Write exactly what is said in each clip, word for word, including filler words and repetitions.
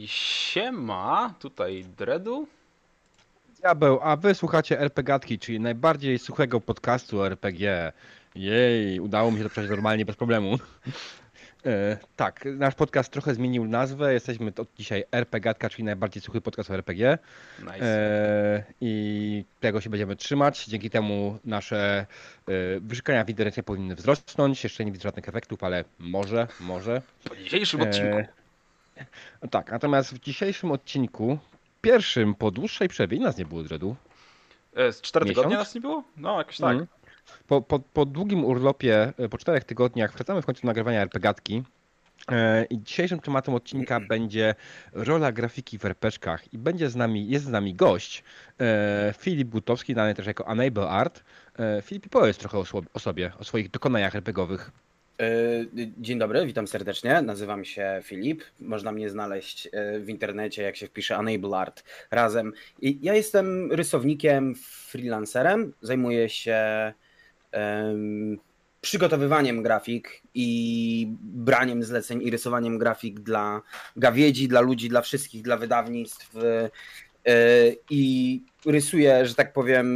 Siema, tutaj Dredu. Diabeł, a wy słuchacie RPGatki, czyli najbardziej suchego podcastu o R P G. Jej, udało mi się to przejść normalnie, bez problemu. E, tak, nasz podcast trochę zmienił nazwę. Jesteśmy od dzisiaj RPGatka, czyli najbardziej suchy podcast o R P G. Nice. E, I tego się będziemy trzymać. Dzięki temu nasze e, wyszukania w internecie powinny wzrosnąć. Jeszcze nie widzę żadnych efektów, ale może, może. Po dzisiejszym E, odcinku. tak, natomiast w dzisiejszym odcinku, pierwszym po dłuższej przerwie, nas nie było Dredu. E, Z cztery tygodnie Miesiąc? nas nie było? No, jakoś tak. Mm. Po, po, po długim urlopie, e, po czterech tygodniach, wracamy w końcu do nagrywania RPGatki. E, I dzisiejszym tematem odcinka będzie rola grafiki w RPGach. I będzie z nami, jest z nami gość, e, Filip Butowski, znany też jako Enable Art. E, Filip, powiedz trochę o, sło- o sobie, o swoich dokonaniach RPGowych. Dzień dobry, witam serdecznie. Nazywam się Filip. Można mnie znaleźć w internecie, jak się wpisze Enable Art razem. I ja jestem rysownikiem, freelancerem. Zajmuję się um, przygotowywaniem grafik i braniem zleceń i rysowaniem grafik dla gawiedzi, dla ludzi, dla wszystkich, dla wydawnictw. I rysuję, że tak powiem,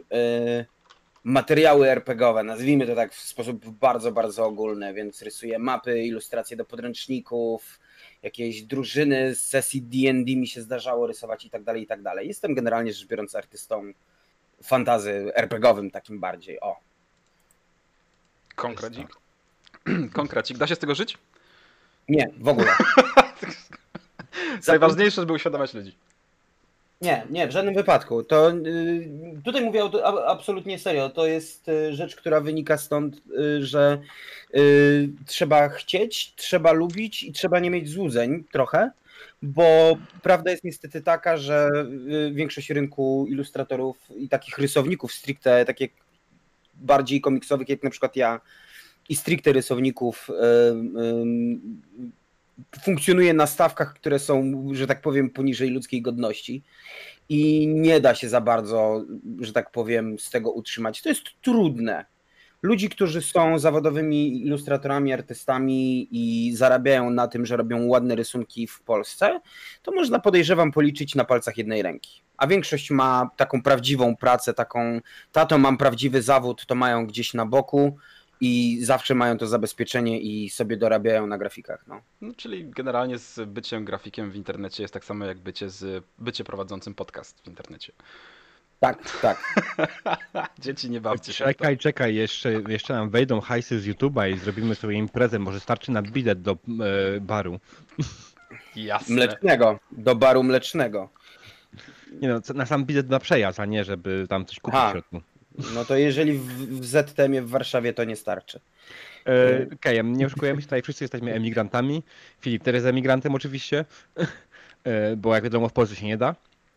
materiały RPGowe, nazwijmy to tak w sposób bardzo, bardzo ogólny, więc rysuję mapy, ilustracje do podręczników, jakieś drużyny z sesji D and D mi się zdarzało rysować i tak dalej, i tak dalej. Jestem generalnie rzecz biorąc artystą fantazy RPGowym takim bardziej, o. Konkrecik. Konkrecik. Da się z tego żyć? Nie, w ogóle. Najważniejsze, żeby uświadamiać ludzi. Nie, nie, w żadnym wypadku. To y, tutaj mówię o, absolutnie serio. To jest y, rzecz, która wynika stąd, y, że y, trzeba chcieć, trzeba lubić i trzeba nie mieć złudzeń trochę, bo prawda jest niestety taka, że y, większość rynku ilustratorów i takich rysowników stricte, takie bardziej komiksowych, jak na przykład ja, i stricte rysowników y, y, funkcjonuje na stawkach, które są, że tak powiem, poniżej ludzkiej godności i nie da się za bardzo, że tak powiem, z tego utrzymać. To jest trudne. Ludzi, którzy są zawodowymi ilustratorami, artystami i zarabiają na tym, że robią ładne rysunki w Polsce, to można, podejrzewam, policzyć na palcach jednej ręki. A większość ma taką prawdziwą pracę, taką, tato, mam prawdziwy zawód, to mają gdzieś na boku i zawsze mają to zabezpieczenie i sobie dorabiają na grafikach. No. No, czyli generalnie z byciem grafikiem w internecie jest tak samo jak bycie, z, bycie prowadzącym podcast w internecie. Tak, tak. Dzieci, nie bawcie się. Czekaj, czekaj, jeszcze, jeszcze nam wejdą hajsy z YouTube'a i zrobimy sobie imprezę. Może starczy na bilet do e, baru. Jasne. Mlecznego, do baru mlecznego. Nie no, na sam bilet na przejazd, a nie żeby tam coś kupić Aha. w środku. No to jeżeli w, w Z T M-ie w Warszawie to nie starczy. E, Okej, okay, nie oszukujemy się, tutaj wszyscy jesteśmy emigrantami. Filip też jest emigrantem oczywiście, e, bo jak wiadomo w Polsce się nie da.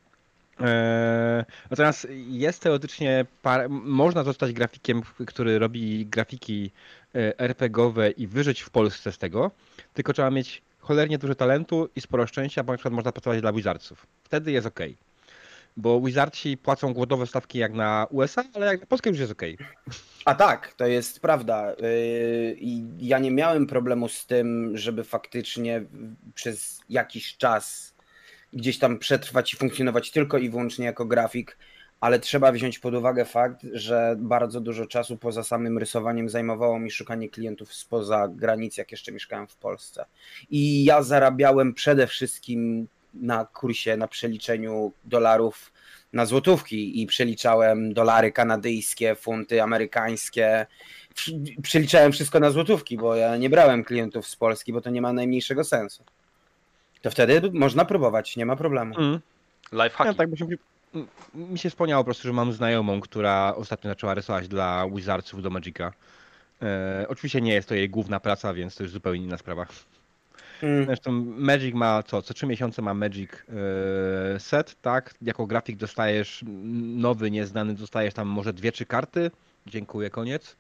E, natomiast jest teoretycznie, par, można zostać grafikiem, który robi grafiki RPGowe i wyżyć w Polsce z tego, tylko trzeba mieć cholernie dużo talentu i sporo szczęścia, bo na przykład można pracować dla Wizardsów. Wtedy jest ok. Bo Wizardsi płacą głodowe stawki jak na U S A, ale jak na Polskę już jest ok. A tak, to jest prawda. I ja nie miałem problemu z tym, żeby faktycznie przez jakiś czas gdzieś tam przetrwać i funkcjonować tylko i wyłącznie jako grafik, ale trzeba wziąć pod uwagę fakt, że bardzo dużo czasu poza samym rysowaniem zajmowało mi szukanie klientów spoza granic, jak jeszcze mieszkałem w Polsce. I ja zarabiałem przede wszystkim na kursie, na przeliczeniu dolarów na złotówki i przeliczałem dolary kanadyjskie, funty amerykańskie. Przeliczałem wszystko na złotówki, bo ja nie brałem klientów z Polski, bo to nie ma najmniejszego sensu. To wtedy można próbować, nie ma problemu. Mm. Lifehacki. Ja, tak mi się, mi się wspomniało po prostu, że mam znajomą, która ostatnio zaczęła rysować dla Wizardsów do Magica. E, oczywiście nie jest to jej główna praca, więc to już zupełnie inna sprawa. Mm. Zresztą Magic ma co? Co trzy miesiące ma Magic e, set, tak? Jako grafik dostajesz nowy, nieznany, dostajesz tam może dwie, trzy karty. Dziękuję, koniec.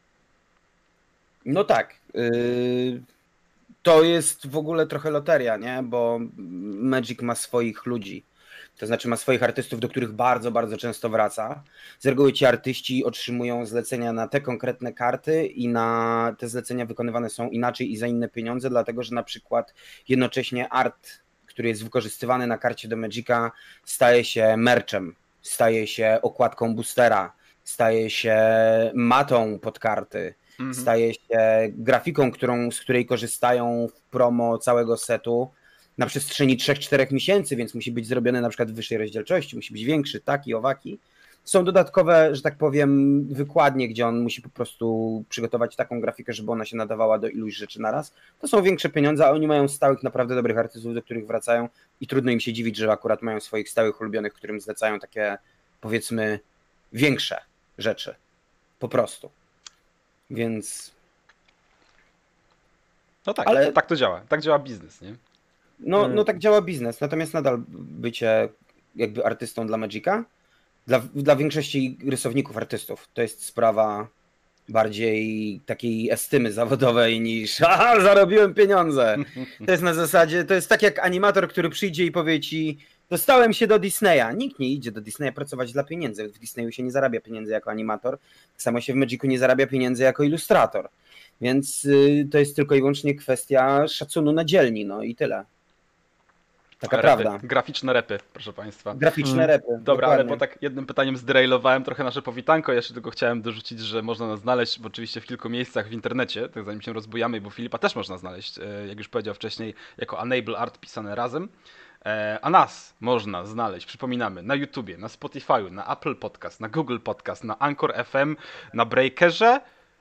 No tak. Yy, to jest w ogóle trochę loteria, nie? Bo Magic ma swoich ludzi. To znaczy ma swoich artystów, do których bardzo, bardzo często wraca. Z reguły ci artyści otrzymują zlecenia na te konkretne karty i na te zlecenia wykonywane są inaczej i za inne pieniądze, dlatego że na przykład jednocześnie art, który jest wykorzystywany na karcie do Magica, staje się merchem, staje się okładką boostera, staje się matą pod karty, mhm. staje się grafiką, którą, z której korzystają w promo całego setu na przestrzeni trzech czterech miesięcy, więc musi być zrobione na przykład w wyższej rozdzielczości, musi być większy, taki, owaki. Są dodatkowe, że tak powiem, wykładnie, gdzie on musi po prostu przygotować taką grafikę, żeby ona się nadawała do iluś rzeczy naraz. To są większe pieniądze, a oni mają stałych, naprawdę dobrych artystów, do których wracają i trudno im się dziwić, że akurat mają swoich stałych ulubionych, którym zlecają takie, powiedzmy, większe rzeczy. Po prostu. Więc... No tak, Ale... tak to działa. Tak działa biznes, nie? No, no tak działa biznes, natomiast nadal bycie jakby artystą dla Magica, dla, dla większości rysowników, artystów, to jest sprawa bardziej takiej estymy zawodowej niż aha, zarobiłem pieniądze. To jest na zasadzie, to jest tak jak animator, który przyjdzie i powie ci, dostałem się do Disneya. Nikt nie idzie do Disneya pracować dla pieniędzy. W Disneyu się nie zarabia pieniędzy jako animator, tak samo się w Magicu nie zarabia pieniędzy jako ilustrator. Więc y, to jest tylko i wyłącznie kwestia szacunu na dzielni, no i tyle. Taka repy, prawda. Graficzne repy, proszę Państwa. Graficzne Hmm. repy. Dobra, dokładnie. ale bo tak jednym pytaniem zderailowałem trochę nasze powitanko. Jeszcze tylko chciałem dorzucić, że można nas znaleźć bo oczywiście w kilku miejscach w internecie, tak zanim się rozbujamy, bo Filipa też można znaleźć, jak już powiedział wcześniej, jako Unable Art pisane razem. A nas można znaleźć, przypominamy, na YouTubie, na Spotify'u, na Apple Podcast, na Google Podcast, na Anchor F M, na Breakerze.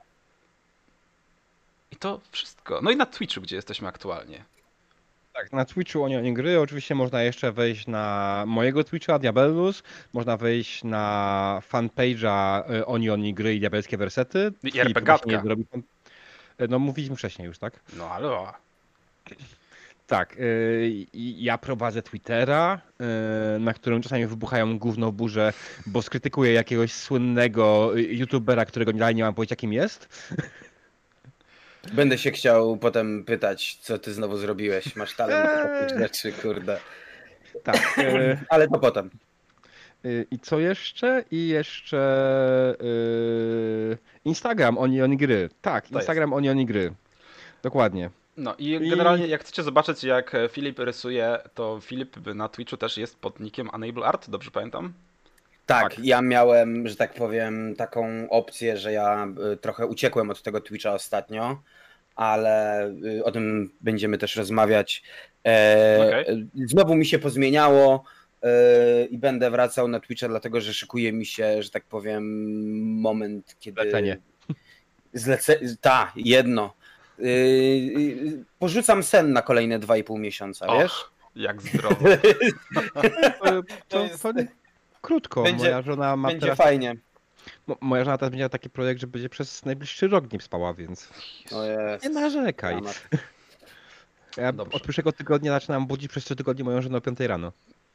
I to wszystko. No i na Twitchu, gdzie jesteśmy aktualnie. Tak, na Twitchu Oni Oni Gry oczywiście można jeszcze wejść na mojego Twitcha, Diabellus, można wejść na fanpage'a Oni Oni Gry i Diabelskie Wersety. I RPGatka. No mówiliśmy wcześniej już, tak? No ale... Tak, yy, ja prowadzę Twittera, yy, na którym czasami wybuchają gówno burze, bo skrytykuję jakiegoś słynnego youtubera, którego dalej nie mam pojęcia kim jest. Będę się chciał potem pytać, co ty znowu zrobiłeś. Masz talent do takich rzeczy, kurde. Tak. Yy, Ale to potem. Yy, I co jeszcze? I jeszcze yy, Instagram Oni Oni Gry. Tak, To Instagram Oni Oni Gry. Dokładnie. No i generalnie jak chcecie zobaczyć jak Filip rysuje, to Filip na Twitchu też jest pod nickiem Unable Art, dobrze pamiętam? Tak, tak, ja miałem, że tak powiem, taką opcję, że ja trochę uciekłem od tego Twitcha ostatnio, ale o tym będziemy też rozmawiać. Okay. Znowu mi się pozmieniało i będę wracał na Twitcha, dlatego że szykuje mi się, że tak powiem, moment, kiedy... Zlecenie. Zlece... Ta, jedno. Porzucam sen na kolejne dwa i pół miesiąca, Och, wiesz? Jak zdrowo. to, to jest... Krótko, będzie, moja żona ma będzie teraz... fajnie. Moja żona teraz będzie miała taki projekt, że będzie przez najbliższy rok nie spała, więc nie narzekaj. Ja Dobrze. Od pierwszego tygodnia zaczynam budzić przez trzy tygodnie moją żonę o piątej rano.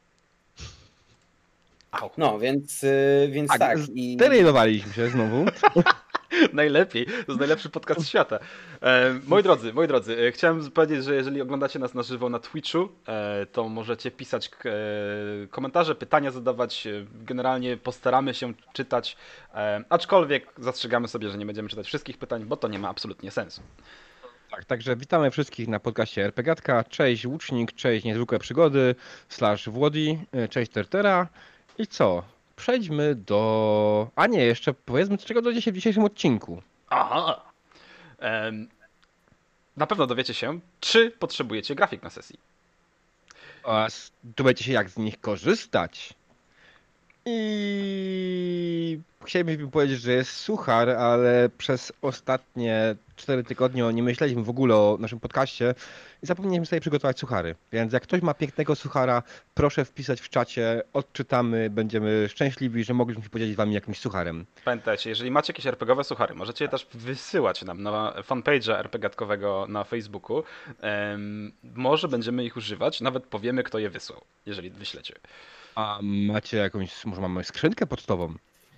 No, więc, więc tak. tak i... Sterylowaliśmy się znowu. Najlepiej, to jest najlepszy podcast świata. E, moi drodzy, moi drodzy, e, chciałem powiedzieć, że jeżeli oglądacie nas na żywo na Twitchu, e, to możecie pisać e, komentarze, pytania zadawać, e, generalnie postaramy się czytać, e, aczkolwiek zastrzegamy sobie, że nie będziemy czytać wszystkich pytań, bo to nie ma absolutnie sensu. Tak, także witamy wszystkich na podcaście RPGatka. Cześć Łucznik, cześć Niezwykłe Przygody, slash Włodi, cześć Tertera i co? Przejdźmy do... A nie, jeszcze powiedzmy, czego dowiecie się w dzisiejszym odcinku. Aha. Um, na pewno dowiecie się, czy potrzebujecie grafik na sesji. Oraz dowiecie się, jak z nich korzystać. I chcielibyśmy powiedzieć, że jest suchar, ale przez ostatnie cztery tygodnie nie myśleliśmy w ogóle o naszym podcaście i zapomnieliśmy sobie przygotować suchary. Więc jak ktoś ma pięknego suchara, proszę wpisać w czacie, odczytamy, będziemy szczęśliwi, że mogliśmy się podzielić z wami jakimś sucharem. Pamiętajcie, jeżeli macie jakieś RPGowe suchary, możecie je też wysyłać nam na fanpage'a RPGatkowego na Facebooku. Um, może będziemy ich używać, nawet powiemy, kto je wysłał, jeżeli wyślecie. A macie jakąś, może mamy skrzynkę pocztową?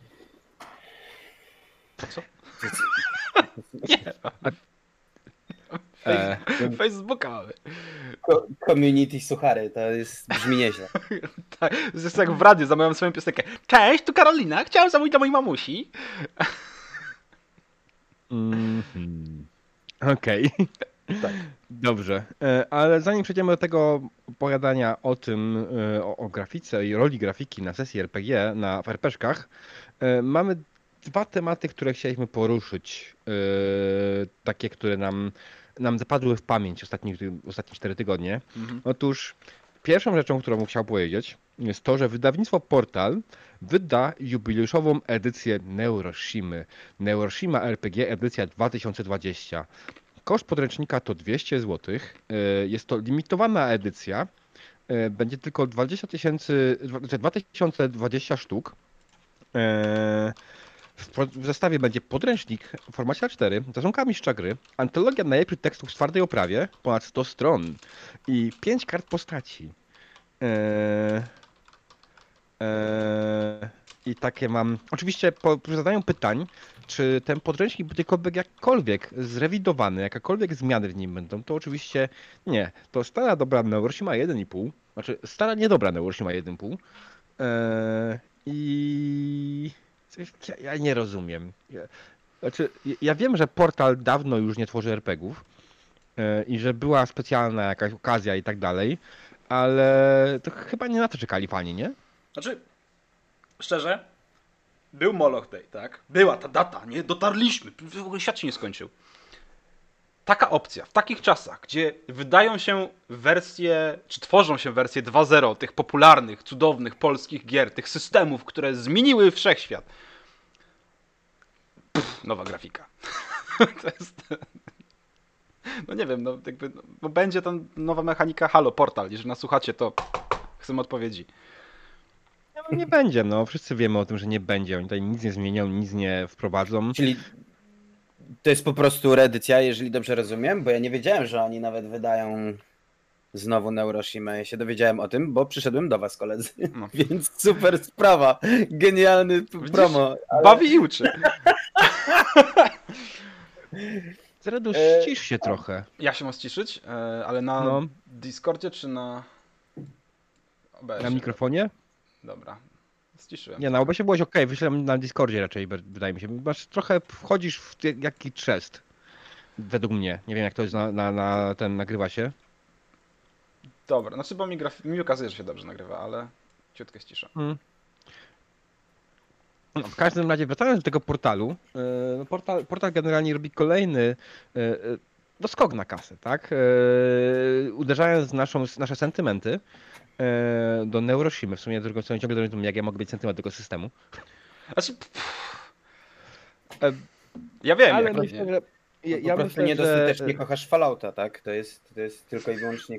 Co? Nie. Face... Facebooka mamy. Community suchary, to jest, brzmi nieźle. Tak, to jest jak w radiu, zamawiam swoją piosenkę. Cześć, tu Karolina, chciałem zamówić dla mojej mamusi. Mm-hmm. Okej. Okay. Tak. Dobrze, e, ale zanim przejdziemy do tego opowiadania o tym, e, o, o grafice i roli grafiki na sesji R P G, na w RPszkach, e, mamy dwa tematy, które chcieliśmy poruszyć. e, Takie, które nam, nam zapadły w pamięć ostatnie, ostatnie cztery tygodnie. Mhm. Otóż pierwszą rzeczą, którą bym chciał powiedzieć, jest to, że wydawnictwo Portal wyda jubileuszową edycję Neuroshimy. Neuroshima R P G edycja dwa tysiące dwadzieścia. Koszt podręcznika to dwieście złotych. E, Jest to limitowana edycja. E, Będzie tylko dwadzieścia tysięcy, dwa tysiące dwadzieścia sztuk. E, W pro- w zestawie będzie podręcznik w formacie A cztery z rysunkami mistrza gry, antologia najlepszych tekstów w twardej oprawie, ponad sto stron i pięć kart postaci. E, e, I takie mam. Oczywiście po, po zadaniu pytań, czy ten podręcznik będzie jakkolwiek, jakkolwiek zrewidowany, jakakolwiek zmiany w nim będą, to oczywiście nie. To stara dobra Neuroshima jeden i pół, znaczy stara niedobra Neuroshima jeden i pół. E, I ja, ja nie rozumiem. Ja, znaczy, ja- ja wiem, że Portal dawno już nie tworzy er pe gie ów e, i że była specjalna jakaś okazja i tak dalej, ale to chyba nie na to czekali fani, nie? Znaczy, szczerze, był Moloch Day, tak? Była ta data, nie? Dotarliśmy. W ogóle świat się nie skończył. Taka opcja, w takich czasach, gdzie wydają się wersje, czy tworzą się wersje dwa zero tych popularnych, cudownych polskich gier, tych systemów, które zmieniły wszechświat. Pff, nowa grafika. To jest... No nie wiem, no jakby, no, bo będzie tam nowa mechanika Halo Portal. Jeżeli nas słuchacie, to chcemy odpowiedzi. No, nie będzie, no. Wszyscy wiemy o tym, że nie będzie. Oni tutaj nic nie zmienią, nic nie wprowadzą. Czyli to jest po prostu reedycja, jeżeli dobrze rozumiem, bo ja nie wiedziałem, że oni nawet wydają znowu Neuroshimę. Ja się dowiedziałem o tym, bo przyszedłem do was, koledzy. No. Więc super sprawa. Genialny Widzisz? promo. Ale... Bawi i uczy. Zredu, E, ścisz się trochę. Ja się mam ściszyć, e, ale na No. Discordzie czy na O B S-ie? Na mikrofonie? Dobra, ściszyłem. Nie, na O B S-ie byłeś ok, wyślałem na Discordzie raczej, wydaje mi się. Masz trochę wchodzisz w ty- jaki trzest. Według mnie. Nie wiem jak to jest na, na, na ten nagrywa się. Dobra, znaczy bo mi, graf... mi ukazuje, że się dobrze nagrywa, ale ciutkę ściszę. Hmm. No, w każdym razie, wracając do tego portalu, e, no portal, portal generalnie robi kolejny e, e, no skok na kasę, tak? E, Uderzając w naszą, nasze sentymenty e, do Neuroshimy. W sumie drugą stroną ciągle rozumiem, jak ja mogę być sentyment tego systemu. Znaczy, pff, E, ja wiem, Ale jak myślę, nie. że... Ja, po ja prostu myślę, niedostatecznie że... kochasz Fallouta, tak? To jest, to jest tylko i wyłącznie...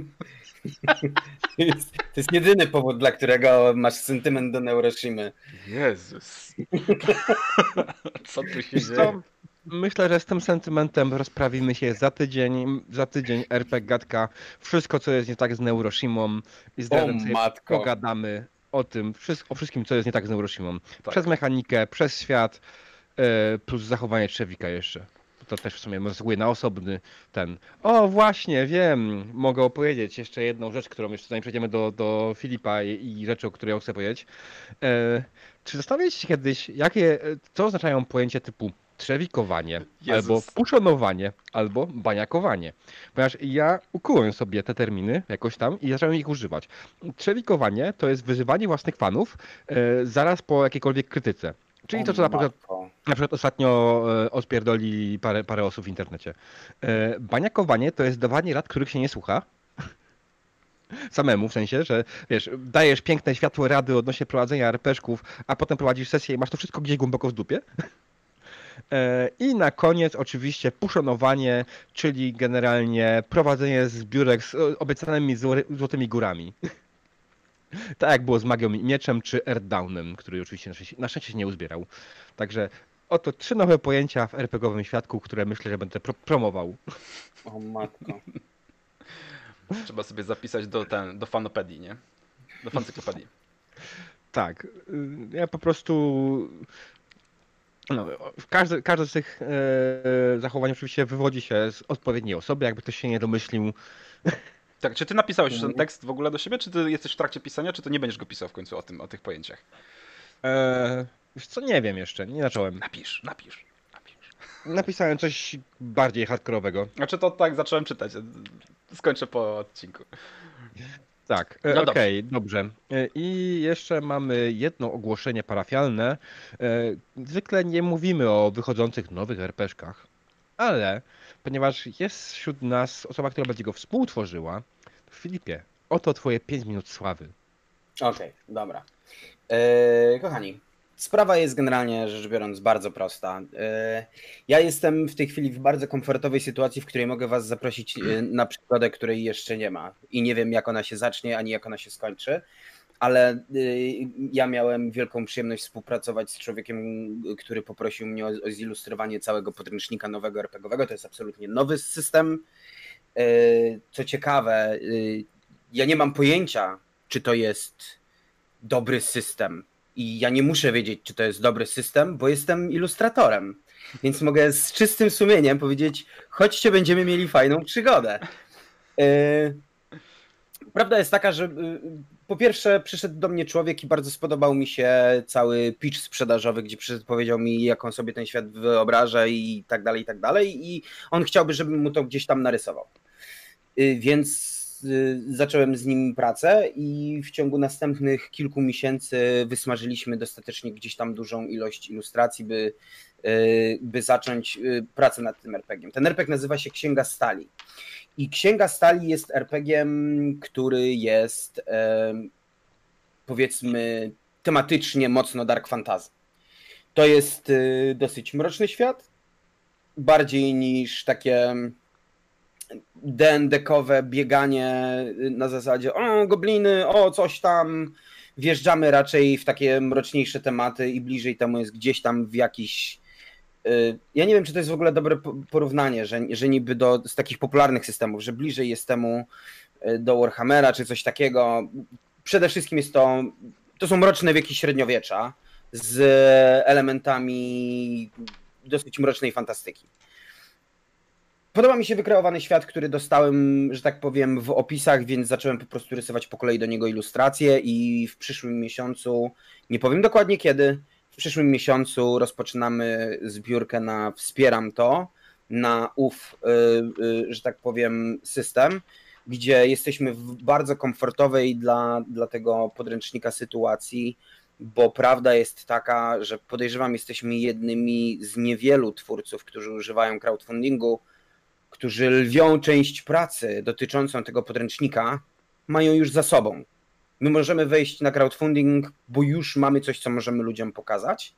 to, jest, to jest jedyny powód, dla którego masz sentyment do Neuroshimy. Jezus. Co tu się Wiesz dzieje? co? Myślę, że z tym sentymentem rozprawimy się za tydzień. Za tydzień R P Gadka. Wszystko, co jest nie tak z Neuroshimą i z Dredem sobie matko. pogadamy o tym, wszystko, o wszystkim, co jest nie tak z Neuroshimą. Tak. Przez mechanikę, przez świat, e, plus zachowanie Trzewika jeszcze. To też w sumie zasługuje na osobny ten. O, właśnie, wiem. Mogę opowiedzieć jeszcze jedną rzecz, którą jeszcze zanim przejdziemy do, do Filipa i, i rzeczy, o której chcę powiedzieć. E, czy zastanawialiście się kiedyś, jakie, e, co oznaczają pojęcia typu trzewikowanie, Jezus. albo puszonowanie, albo baniakowanie? Ponieważ ja ukułem sobie te terminy jakoś tam i zacząłem ich używać. Trzewikowanie to jest wyzywanie własnych fanów e, zaraz po jakiejkolwiek krytyce. Czyli to, co na przykład, matko. na przykład ostatnio e, odpierdoli parę, parę osób w internecie. E, baniakowanie to jest dawanie rad, których się nie słucha. Samemu, w sensie, że wiesz, dajesz piękne światło rady odnośnie prowadzenia er pe szków, a potem prowadzisz sesję i masz to wszystko gdzieś głęboko w dupie. E, I na koniec oczywiście puszonowanie, czyli generalnie prowadzenie zbiórek z o- obiecanymi zło- złotymi górami. Tak jak było z Magią i Mieczem, czy Earthdownem, który oczywiście na szczęście, na szczęście się nie uzbierał. Także oto trzy nowe pojęcia w er pe gie owym świadku, które myślę, że będę pro promował. O matko. Trzeba sobie zapisać do, ten, do fanopedii, nie? Do fancyklopedii. Tak, y, ja po prostu... No, każde, każde z tych e, zachowań oczywiście wywodzi się z odpowiedniej osoby, jakby ktoś się nie domyślił. Tak, czy ty napisałeś już ten Mhm. tekst w ogóle do siebie, czy ty jesteś w trakcie pisania, czy ty nie będziesz go pisał w końcu o tym, o tych pojęciach? E, Wiesz co, nie wiem jeszcze, nie zacząłem. Napisz, napisz, napisz. Napisałem coś bardziej hardkorowego. Znaczy to tak zacząłem czytać. Skończę po odcinku. Tak, e, No okej, dobrze. E, I jeszcze mamy jedno ogłoszenie parafialne. E, Zwykle nie mówimy o wychodzących nowych er pe szkach, ale ponieważ jest wśród nas osoba, która będzie go współtworzyła, to Filipie, oto twoje pięć minut sławy. Okej, dobra. E, kochani, sprawa jest generalnie rzecz biorąc bardzo prosta. E, ja jestem w tej chwili w bardzo komfortowej sytuacji, w której mogę was zaprosić e, na przygodę, której jeszcze nie ma. I nie wiem, jak ona się zacznie, ani jak ona się skończy. Ale e, ja miałem wielką przyjemność współpracować z człowiekiem, który poprosił mnie o, o zilustrowanie całego podręcznika nowego er pe gie owego. To jest absolutnie nowy system. E, co ciekawe, e, ja nie mam pojęcia, czy to jest dobry system. I ja nie muszę wiedzieć, czy to jest dobry system, bo jestem ilustratorem. Więc mogę z czystym sumieniem powiedzieć, chodźcie, będziemy mieli fajną przygodę. Yy, Prawda jest taka, że yy, po pierwsze przyszedł do mnie człowiek i bardzo spodobał mi się cały pitch sprzedażowy, gdzie przyszedł, powiedział mi, jak on sobie ten świat wyobraża i tak dalej, i tak dalej. I on chciałby, żebym mu to gdzieś tam narysował. Yy, Więc zacząłem z nim pracę i w ciągu następnych kilku miesięcy wysmażyliśmy dostatecznie gdzieś tam dużą ilość ilustracji, by, by zacząć pracę nad tym er pe gie em. Ten er pe gie nazywa się Księga Stali. I Księga Stali jest er pe gie em, który jest powiedzmy tematycznie mocno dark fantasy. To jest dosyć mroczny świat, bardziej niż takie de en de-kowe bieganie na zasadzie o, gobliny, o, coś tam. Wjeżdżamy raczej w takie mroczniejsze tematy i bliżej temu jest gdzieś tam w jakiś... Ja nie wiem, czy to jest w ogóle dobre porównanie, że, że niby do, z takich popularnych systemów, że bliżej jest temu do Warhammera czy coś takiego. Przede wszystkim jest to... To są mroczne wieki średniowiecza z elementami dosyć mrocznej fantastyki. Podoba mi się wykreowany świat, który dostałem, że tak powiem, w opisach, więc zacząłem po prostu rysować po kolei do niego ilustracje i w przyszłym miesiącu, nie powiem dokładnie kiedy, w przyszłym miesiącu rozpoczynamy zbiórkę na Wspieram to, na ów, że tak powiem, system, gdzie jesteśmy w bardzo komfortowej dla, dla tego podręcznika sytuacji, bo prawda jest taka, że podejrzewam, jesteśmy jednymi z niewielu twórców, którzy używają crowdfundingu, którzy lwią część pracy dotyczącą tego podręcznika mają już za sobą. My możemy wejść na crowdfunding, bo już mamy coś, co możemy ludziom pokazać.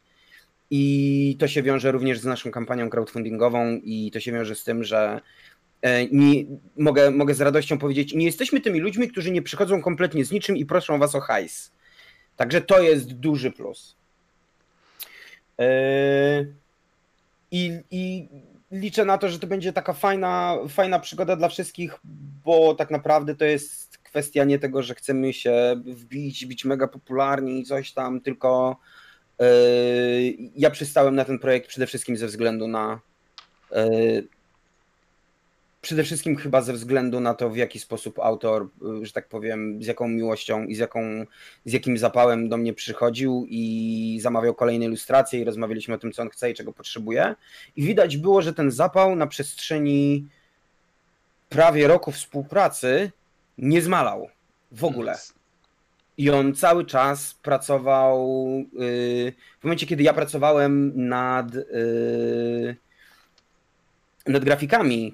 I to się wiąże również z naszą kampanią crowdfundingową i to się wiąże z tym, że nie, mogę, mogę z radością powiedzieć, nie jesteśmy tymi ludźmi, którzy nie przychodzą kompletnie z niczym i proszą was o hajs. Także to jest duży plus. I, i liczę na to, że to będzie taka fajna, fajna przygoda dla wszystkich, bo tak naprawdę to jest kwestia nie tego, że chcemy się wbić, być mega popularni i coś tam, tylko yy, ja przystałem na ten projekt przede wszystkim ze względu na yy, przede wszystkim chyba ze względu na to, w jaki sposób autor, że tak powiem, z jaką miłością i z, jaką, z jakim zapałem do mnie przychodził i zamawiał kolejne ilustracje i rozmawialiśmy o tym, co on chce i czego potrzebuje. I widać było, że ten zapał na przestrzeni prawie roku współpracy nie zmalał w ogóle. I on cały czas pracował, w momencie, kiedy ja pracowałem nad, nad grafikami,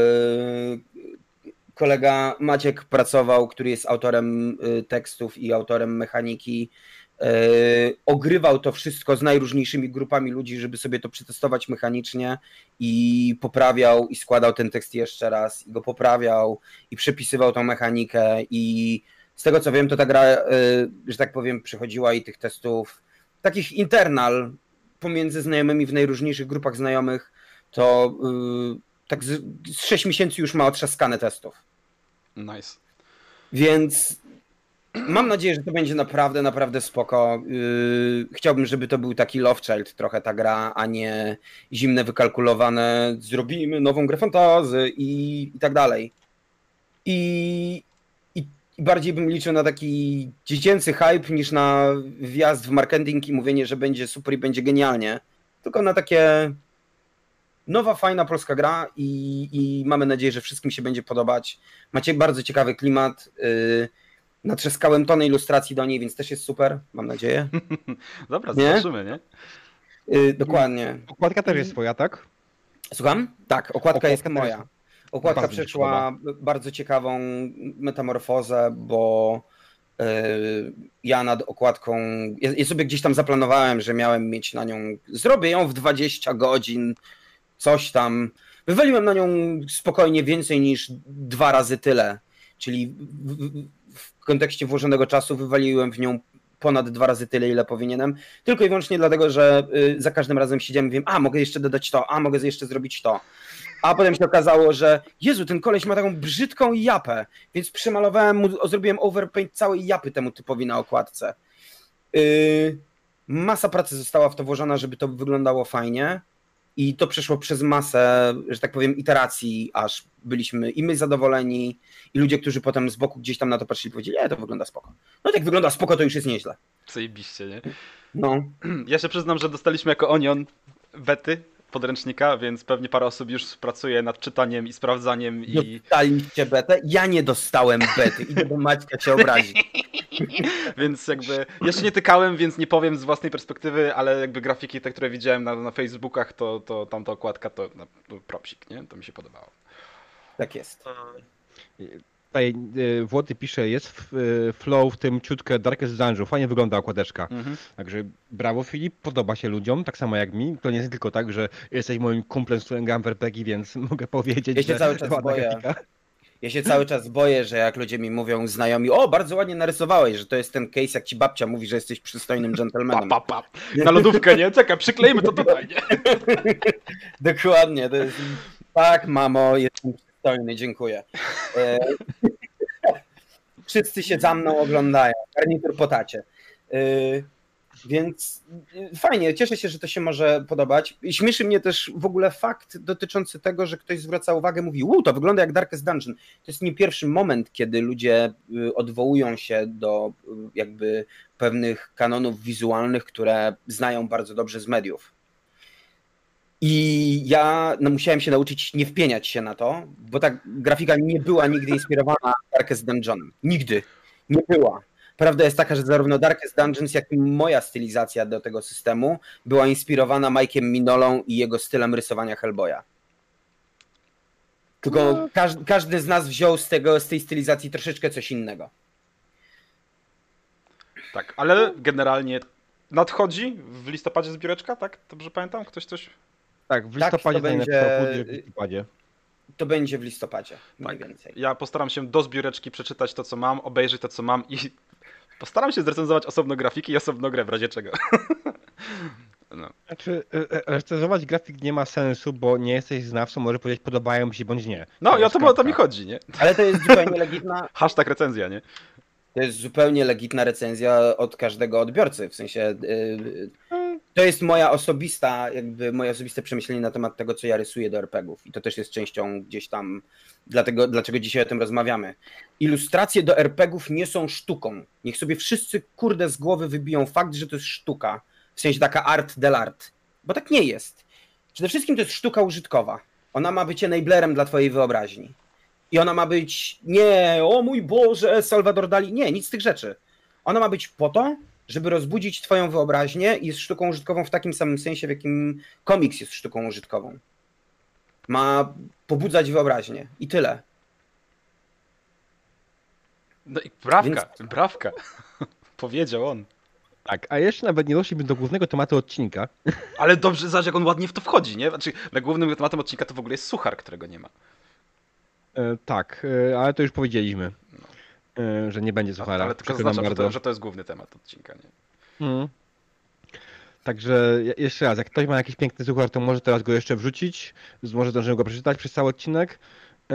kolega Maciek pracował, który jest autorem tekstów i autorem mechaniki, ogrywał to wszystko z najróżniejszymi grupami ludzi, żeby sobie to przetestować mechanicznie i poprawiał i składał ten tekst jeszcze raz i go poprawiał i przepisywał tą mechanikę i z tego co wiem, to ta gra, że tak powiem, przechodziła i tych testów takich internal pomiędzy znajomymi w najróżniejszych grupach znajomych, to tak z, z sześć miesięcy już ma otrzaskane testów. Nice. Więc mam nadzieję, że to będzie naprawdę, naprawdę spoko. Chciałbym, żeby to był taki Love Child trochę ta gra, a nie zimne, wykalkulowane zrobimy nową grę fantasy i, i tak dalej. I, i, I bardziej bym liczył na taki dziecięcy hype niż na wjazd w marketing i mówienie, że będzie super i będzie genialnie. Tylko na takie nowa, fajna polska gra i, i mamy nadzieję, że wszystkim się będzie podobać. Macie bardzo ciekawy klimat. Yy, natrzaskałem tonę ilustracji do niej, więc też jest super, mam nadzieję. Dobra, Nie? zobaczymy, nie? Yy, dokładnie. Okładka też jest swoja, tak? Słucham? Tak, okładka, Okładka jest też- moja. Okładka bardzo mi się przeszła bardzo ciekawą metamorfozę, bo yy, ja nad okładką, ja, ja sobie gdzieś tam zaplanowałem, że miałem mieć na nią, zrobię ją w dwadzieścia godzin, coś tam. Wywaliłem na nią spokojnie więcej niż dwa razy tyle, czyli w, w, w kontekście włożonego czasu wywaliłem w nią ponad dwa razy tyle, ile powinienem, tylko i wyłącznie dlatego, że y, za każdym razem siedziałem i wiem, a mogę jeszcze dodać to, a mogę jeszcze zrobić to. A potem się okazało, że Jezu, ten koleś ma taką brzydką japę, więc przymalowałem mu, zrobiłem overpaint całej japy temu typowi na okładce. Yy, masa pracy została w to włożona, żeby to wyglądało fajnie i to przeszło przez masę, że tak powiem, iteracji, aż byliśmy i my zadowoleni i ludzie, którzy potem z boku gdzieś tam na to patrzyli, powiedzieli, nie, to wygląda spoko. No jak wygląda spoko, to już jest nieźle. Zajebiście, nie? No. Ja się przyznam, że dostaliśmy jako Onion bety podręcznika, więc pewnie parę osób już pracuje nad czytaniem i sprawdzaniem i... Dostaliście betę? Ja nie dostałem bety. Idę do Maćka się obrazi. Więc jakby jeszcze nie tykałem, więc nie powiem z własnej perspektywy, ale jakby grafiki te, które widziałem na, na Facebookach, to, to tamta okładka to no, to propsik, nie? To mi się podobało. Tak jest. Tutaj y, Włody pisze, jest w, y, flow w tym ciutkę Darkest Dungeon, fajnie wygląda okładeczka. Mhm. Także brawo Filip, podoba się ludziom, tak samo jak mi. To nie jest tylko tak, że jesteś moim kumplem, z którym gram w er pe gie, więc mogę powiedzieć, Ja się że cały czas ładna boję. grafika. Ja się cały czas boję, że jak ludzie mi mówią znajomi, o, bardzo ładnie narysowałeś, że to jest ten case, jak ci babcia mówi, że jesteś przystojnym Pa, dżentelmenem. pa, pa. Na lodówkę, nie? Czekaj, przyklejmy to tutaj, nie? Dokładnie, to jest tak, mamo, jestem przystojny, dziękuję. E... Wszyscy się za mną oglądają, garnitur po tacie. E... Więc fajnie, cieszę się, że to się może podobać. I śmieszy mnie też w ogóle fakt dotyczący tego, że ktoś zwraca uwagę, mówi, u, to wygląda jak Darkest Dungeon. To jest nie pierwszy moment, kiedy ludzie odwołują się do jakby pewnych kanonów wizualnych, które znają bardzo dobrze z mediów. I ja no, musiałem się nauczyć nie wpieniać się na to, bo ta grafika nie była nigdy inspirowana Darkest Dungeonem. Nigdy. Nie była. Prawda jest taka, że zarówno Darkest Dungeons, jak i moja stylizacja do tego systemu była inspirowana Mike'iem Minolą i jego stylem rysowania Hellboya. Tylko No. każdy, każdy z nas wziął z, tego, z tej stylizacji troszeczkę coś innego. Tak, ale generalnie nadchodzi w listopadzie zbióreczka, tak? Dobrze pamiętam? Ktoś coś... Tak, w Tak, listopadzie to będzie... będzie- w listopadzie. To będzie w listopadzie, mniej Tak. więcej. Ja postaram się do zbióreczki przeczytać to, co mam, obejrzeć to, co mam i postaram się zrecenzować osobno grafiki i osobno grę, w razie czego. No. Znaczy, e, e, recenzować grafik nie ma sensu, bo nie jesteś znawcą, może powiedzieć podobają mi się bądź nie. No i o jest to, o to kropka. mi chodzi, nie? Ale to jest zupełnie legitna, Hashtag recenzja, nie? to jest zupełnie legitna recenzja od każdego odbiorcy. W sensie yy, to jest moja osobista, jakby moje osobiste przemyślenie na temat tego, co ja rysuję do er pe gie ów. I to też jest częścią gdzieś tam, dlatego, dlaczego dzisiaj o tym rozmawiamy. Ilustracje do er pe gie ów nie są sztuką. Niech sobie wszyscy kurde z głowy wybiją fakt, że to jest sztuka. W sensie taka art del art. Bo tak nie jest. Przede wszystkim to jest sztuka użytkowa. Ona ma być enablerem dla twojej wyobraźni. I ona ma być, nie, o mój Boże, Salvador Dali. Nie, nic z tych rzeczy. Ona ma być po to, żeby rozbudzić twoją wyobraźnię i jest sztuką użytkową w takim samym sensie, w jakim komiks jest sztuką użytkową. Ma pobudzać wyobraźnię. I tyle. No i brawka, brawka. Powiedział on. Tak, a jeszcze nawet nie doszliśmy do głównego tematu odcinka. Ale dobrze, zobacz jak on ładnie w to wchodzi, nie? Znaczy, na głównym tematem odcinka to w ogóle jest suchar, którego nie ma. E, tak, e, ale to już powiedzieliśmy, e, że nie będzie suchara. Ale tylko Przykro nam zaznaczam, że bardzo. to, że to jest główny temat odcinka, nie? Mhm. Także je- jeszcze raz, jak ktoś ma jakiś piękny suchar, to może teraz go jeszcze wrzucić. z- Może zdążymy go przeczytać przez cały odcinek. E,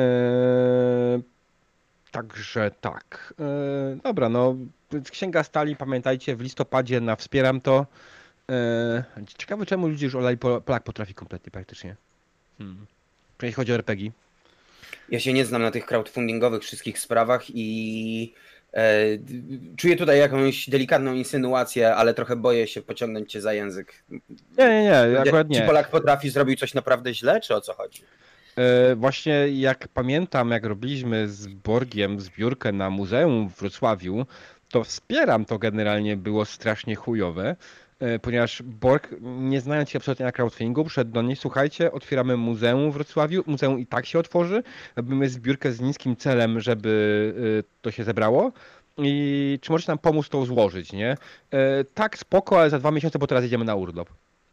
Także tak. E, Dobra, no Księga Stali, pamiętajcie, w listopadzie na Wspieram to. E, Ciekawe, czemu ludzie już olali Pol- Polak potrafi kompletnie praktycznie. Hmm. Jeśli chodzi o er pe gie. Ja się nie znam na tych crowdfundingowych wszystkich sprawach i E, Czuję tutaj jakąś delikatną insynuację, ale trochę boję się pociągnąć cię za język. Nie, nie, nie, akurat Czy nie. Polak potrafi zrobić coś naprawdę źle, czy o co chodzi? E, Właśnie jak pamiętam, jak robiliśmy z Borgiem zbiórkę na muzeum w Wrocławiu, to wspieram to generalnie było strasznie chujowe, e, ponieważ Borg, nie znając się absolutnie na crowdfundingu, przyszedł do niej, słuchajcie, otwieramy muzeum w Wrocławiu, muzeum i tak się otworzy, robimy zbiórkę z niskim celem, żeby e, to się zebrało. I czy możecie nam pomóc to złożyć, nie? E, tak, spoko, ale za dwa miesiące, bo teraz jedziemy na urlop.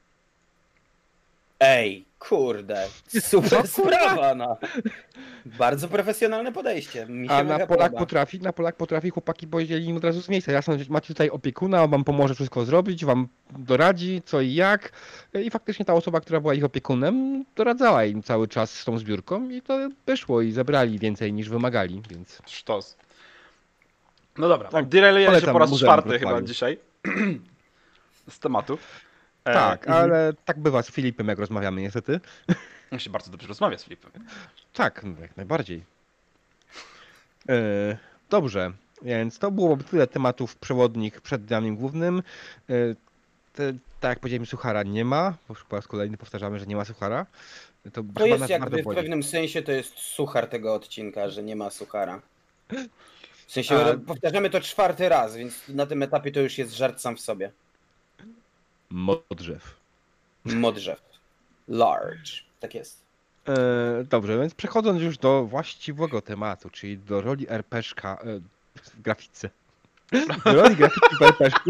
Ej, kurde, super Co, kurwa? sprawa, no. Bardzo profesjonalne podejście. Mi się A mega na Polak podoba. potrafi, na Polak potrafi, chłopaki powiedzieli im od razu z miejsca. Jasno, że macie tutaj opiekuna, on wam pomoże wszystko zrobić, wam doradzi co i jak. I faktycznie ta osoba, która była ich opiekunem, doradzała im cały czas z tą zbiórką i to wyszło i zebrali więcej niż wymagali, więc... Sztos. No dobra, Tak, derailujemy się polecam po raz Muzeum czwarty Wrocławiu. chyba dzisiaj z tematu. E, Tak, mhm. ale tak bywa z Filipem, jak rozmawiamy niestety. On się bardzo dobrze rozmawia z Filipem. Tak, no, jak najbardziej. E, dobrze, więc to byłoby tyle tematów przewodnich przed danym głównym. E, te, tak jak powiedziałem, suchara nie ma, bo już po raz kolejny powtarzamy, że nie ma suchara. To, To chyba jest nas jakby bardzo w boli. pewnym sensie to jest suchar tego odcinka, że nie ma suchara. W sensie A- powtarzamy to czwarty raz, więc na tym etapie to już jest żart sam w sobie. Modrzew. Modrzew. Large. Tak jest. E, dobrze, więc przechodząc już do właściwego tematu, czyli do roli RPszka e, w grafice. Do roli grafiki w RPszku.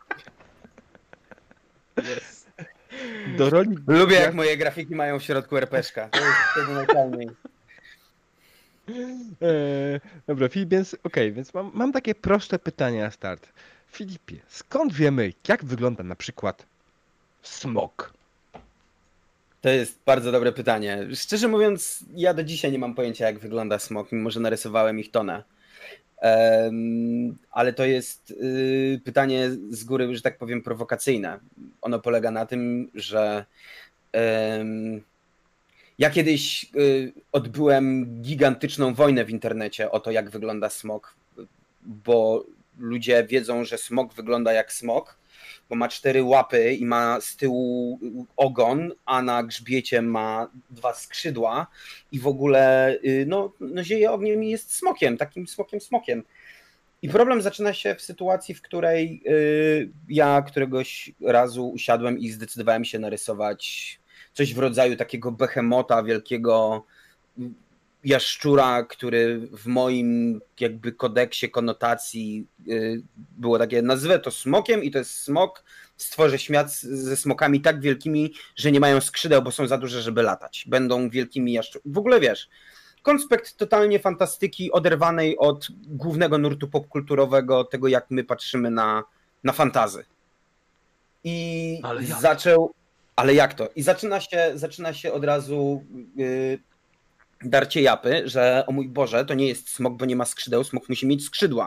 Yes. Do roli... Lubię jak moje grafiki mają w środku RPszka. To jest wtedy najfajniej. E, dobra, Filip, więc okej, więc mam, mam takie proste pytanie na start. Filipie, skąd wiemy, jak wygląda na przykład smok? To jest bardzo dobre pytanie. Szczerze mówiąc, ja do dzisiaj nie mam pojęcia, jak wygląda smok, mimo że narysowałem ich tonę. Um, ale to jest y, pytanie z góry, że tak powiem, prowokacyjne. Ono polega na tym, że um, ja kiedyś y, odbyłem gigantyczną wojnę w internecie o to, jak wygląda smok, bo ludzie wiedzą, że smok wygląda jak smok, bo ma cztery łapy i ma z tyłu ogon, a na grzbiecie ma dwa skrzydła i w ogóle no, no zieje ogniem i jest smokiem, takim smokiem smokiem. I problem zaczyna się w sytuacji, w której y, ja któregoś razu usiadłem i zdecydowałem się narysować coś w rodzaju takiego behemota, wielkiego jaszczura, który w moim jakby kodeksie konotacji y, było takie, nazwę to smokiem i to jest smok, stworzę świat ze smokami tak wielkimi, że nie mają skrzydeł, bo są za duże, żeby latać. Będą wielkimi jaszczurami. W ogóle wiesz, konspekt totalnie fantastyki, oderwanej od głównego nurtu popkulturowego, tego jak my patrzymy na, na fantazy. I Ale jak zaczął... Ale jak to? I zaczyna się, zaczyna się od razu... Yy, darcie japy, że o mój Boże, to nie jest smok, bo nie ma skrzydeł, smok musi mieć skrzydła.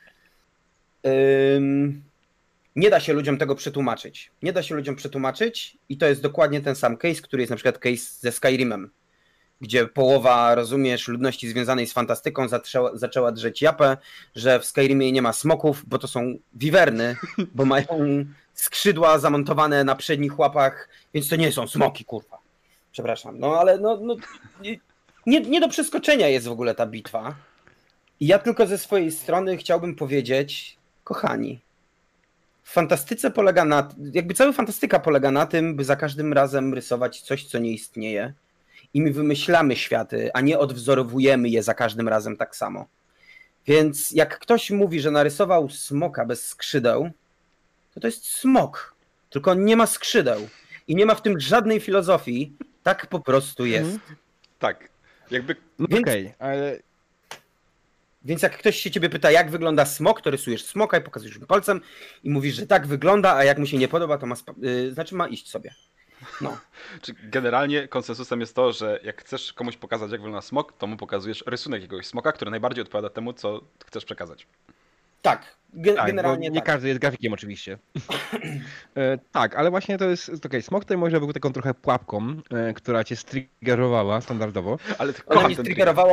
Ym... Nie da się ludziom tego przetłumaczyć. Nie da się ludziom przetłumaczyć i to jest dokładnie ten sam case, który jest na przykład case ze Skyrimem, gdzie połowa, rozumiesz, ludności związanej z fantastyką zaczęła, zaczęła drzeć japę, że w Skyrimie nie ma smoków, bo to są wiwerny, bo mają skrzydła zamontowane na przednich łapach, więc to nie są smoki, kurwa. Przepraszam, no ale no... no Nie, nie do przeskoczenia jest w ogóle ta bitwa. I ja tylko ze swojej strony chciałbym powiedzieć, kochani, w fantastyce polega na, jakby cała fantastyka polega na tym, by za każdym razem rysować coś, co nie istnieje. I my wymyślamy światy, a nie odwzorowujemy je za każdym razem tak samo. Więc jak ktoś mówi, że narysował smoka bez skrzydeł, to to jest smok. Tylko nie ma skrzydeł. I nie ma w tym żadnej filozofii. Tak po prostu jest. Tak, jakby No Więc- okej, ale Więc jak ktoś się ciebie pyta, jak wygląda smok, to rysujesz smoka i pokazujesz mu palcem i mówisz, że tak wygląda, a jak mu się nie podoba, to ma, spa- yy, znaczy ma iść sobie. No. Czy generalnie konsensusem jest to, że jak chcesz komuś pokazać, jak wygląda smok, to mu pokazujesz rysunek jakiegoś smoka, który najbardziej odpowiada temu, co chcesz przekazać. Tak, ge- tak, generalnie bo nie tak. każdy jest grafikiem oczywiście. e, tak, ale właśnie to jest, okej, smok tutaj może był taką trochę pułapką, e, która cię striggerowała standardowo. Ale Ona kocham mnie ten trik. striggerowała,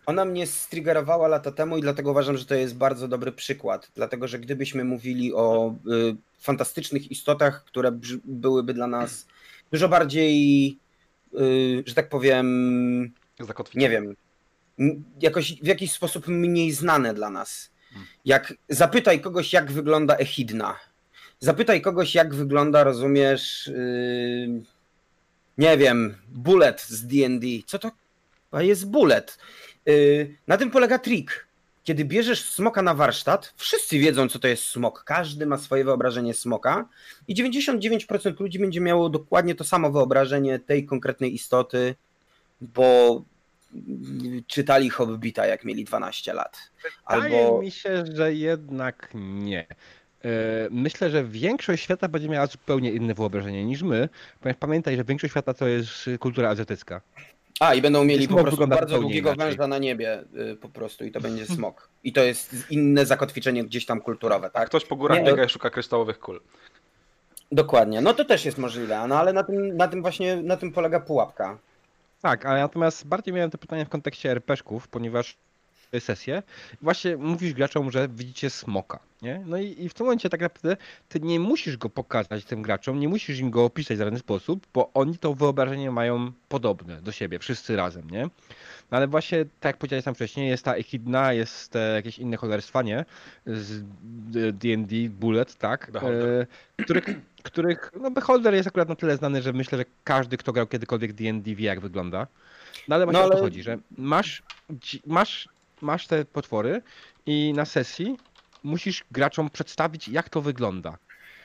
Ona mnie striggerowała lata temu i dlatego uważam, że to jest bardzo dobry przykład. Dlatego, że gdybyśmy mówili o y, fantastycznych istotach, które brz- byłyby dla nas dużo bardziej, y, że tak powiem, Zakotwiczone. nie wiem, m- jakoś w jakiś sposób mniej znane dla nas. Jak zapytaj kogoś, jak wygląda Echidna. Zapytaj kogoś, jak wygląda, rozumiesz, y, nie wiem, Bullet z D and D. Co to a jest Bullet? Yy, na tym polega trik. Kiedy bierzesz smoka na warsztat, wszyscy wiedzą, co to jest smok. Każdy ma swoje wyobrażenie smoka i dziewięćdziesiąt dziewięć procent ludzi będzie miało dokładnie to samo wyobrażenie tej konkretnej istoty, bo czytali Hobbita, jak mieli dwanaście lat. Wydaje Albo mi się, że jednak nie. E, Myślę, że większość świata będzie miała zupełnie inne wyobrażenie niż my, ponieważ pamiętaj, że większość świata to jest kultura azjatycka. A, i będą mieli Smok po prostu wygląda bardzo zupełnie długiego inaczej. węża na niebie y, po prostu i to będzie smok. I to jest inne zakotwiczenie gdzieś tam kulturowe, A tak? ktoś po górach Nie, biega i szuka kryształowych kul. Dokładnie, no to też jest możliwe, no ale na tym, na tym właśnie, na tym polega pułapka. Tak, ale natomiast bardziej miałem to pytanie w kontekście er pe szków, ponieważ sesję, właśnie mówisz graczom, że widzicie smoka, nie? No i, i w tym momencie tak naprawdę ty nie musisz go pokazać tym graczom, nie musisz im go opisać w żaden sposób, bo oni to wyobrażenie mają podobne do siebie, wszyscy razem, nie? No ale właśnie, tak jak powiedziałeś tam wcześniej, jest ta Echidna, jest e, jakieś inne cholerstwa, nie? Z D and D, Bullet, tak? Beholder. E, których, których, no Beholder jest akurat na tyle znany, że myślę, że każdy, kto grał kiedykolwiek D and D wie, jak wygląda. No ale właśnie No o to ale- chodzi, że masz, dzi- masz, masz te potwory i na sesji musisz graczom przedstawić, jak to wygląda.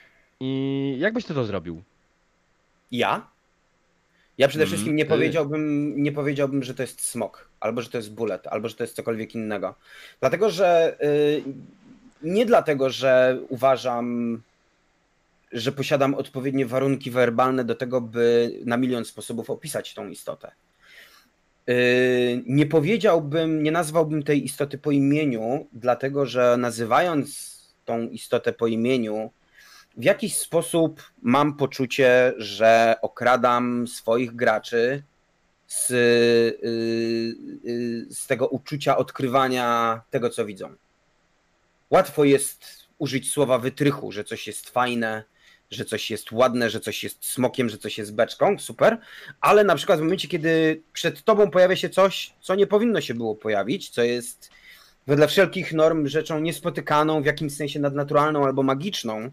I jak byś ty to zrobił? Ja? Ja przede Mm, wszystkim nie ty. powiedziałbym, nie powiedziałbym, że to jest smok, albo że to jest bullet, albo że to jest cokolwiek innego. Dlatego, że y, nie dlatego, że uważam, że posiadam odpowiednie warunki werbalne do tego, by na milion sposobów opisać tą istotę. Y, nie powiedziałbym, nie nazwałbym tej istoty po imieniu, dlatego że nazywając tą istotę po imieniu, w jakiś sposób mam poczucie, że okradam swoich graczy z, yy, yy, z tego uczucia odkrywania tego, co widzą. Łatwo jest użyć słowa wytrychu, że coś jest fajne, że coś jest ładne, że coś jest smokiem, że coś jest beczką, super, ale na przykład w momencie, kiedy przed tobą pojawia się coś, co nie powinno się było pojawić, co jest wedle wszelkich norm rzeczą niespotykaną, w jakimś sensie nadnaturalną albo magiczną,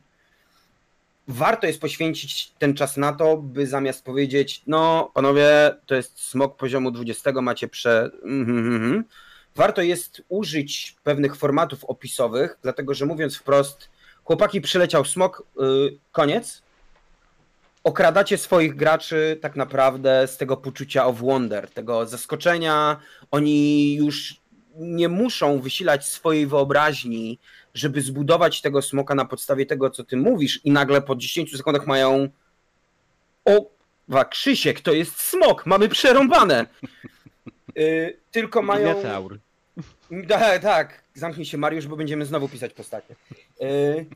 warto jest poświęcić ten czas na to, by zamiast powiedzieć, no panowie, to jest smok poziomu dwudziestego, macie prze... Mhm, mhm. Warto jest użyć pewnych formatów opisowych, dlatego że mówiąc wprost, chłopaki, przyleciał smok, yy, koniec. Okradacie swoich graczy tak naprawdę z tego poczucia of wonder, tego zaskoczenia. Oni już nie muszą wysilać swojej wyobraźni, żeby zbudować tego smoka na podstawie tego, co ty mówisz i nagle po dziesięciu sekundach mają o, wa, Krzysiek, to jest smok, mamy przerąbane. Yy, tylko mają... Minotaur. Tak, tak, zamknij się Mariusz, bo będziemy znowu pisać postacie. Yy,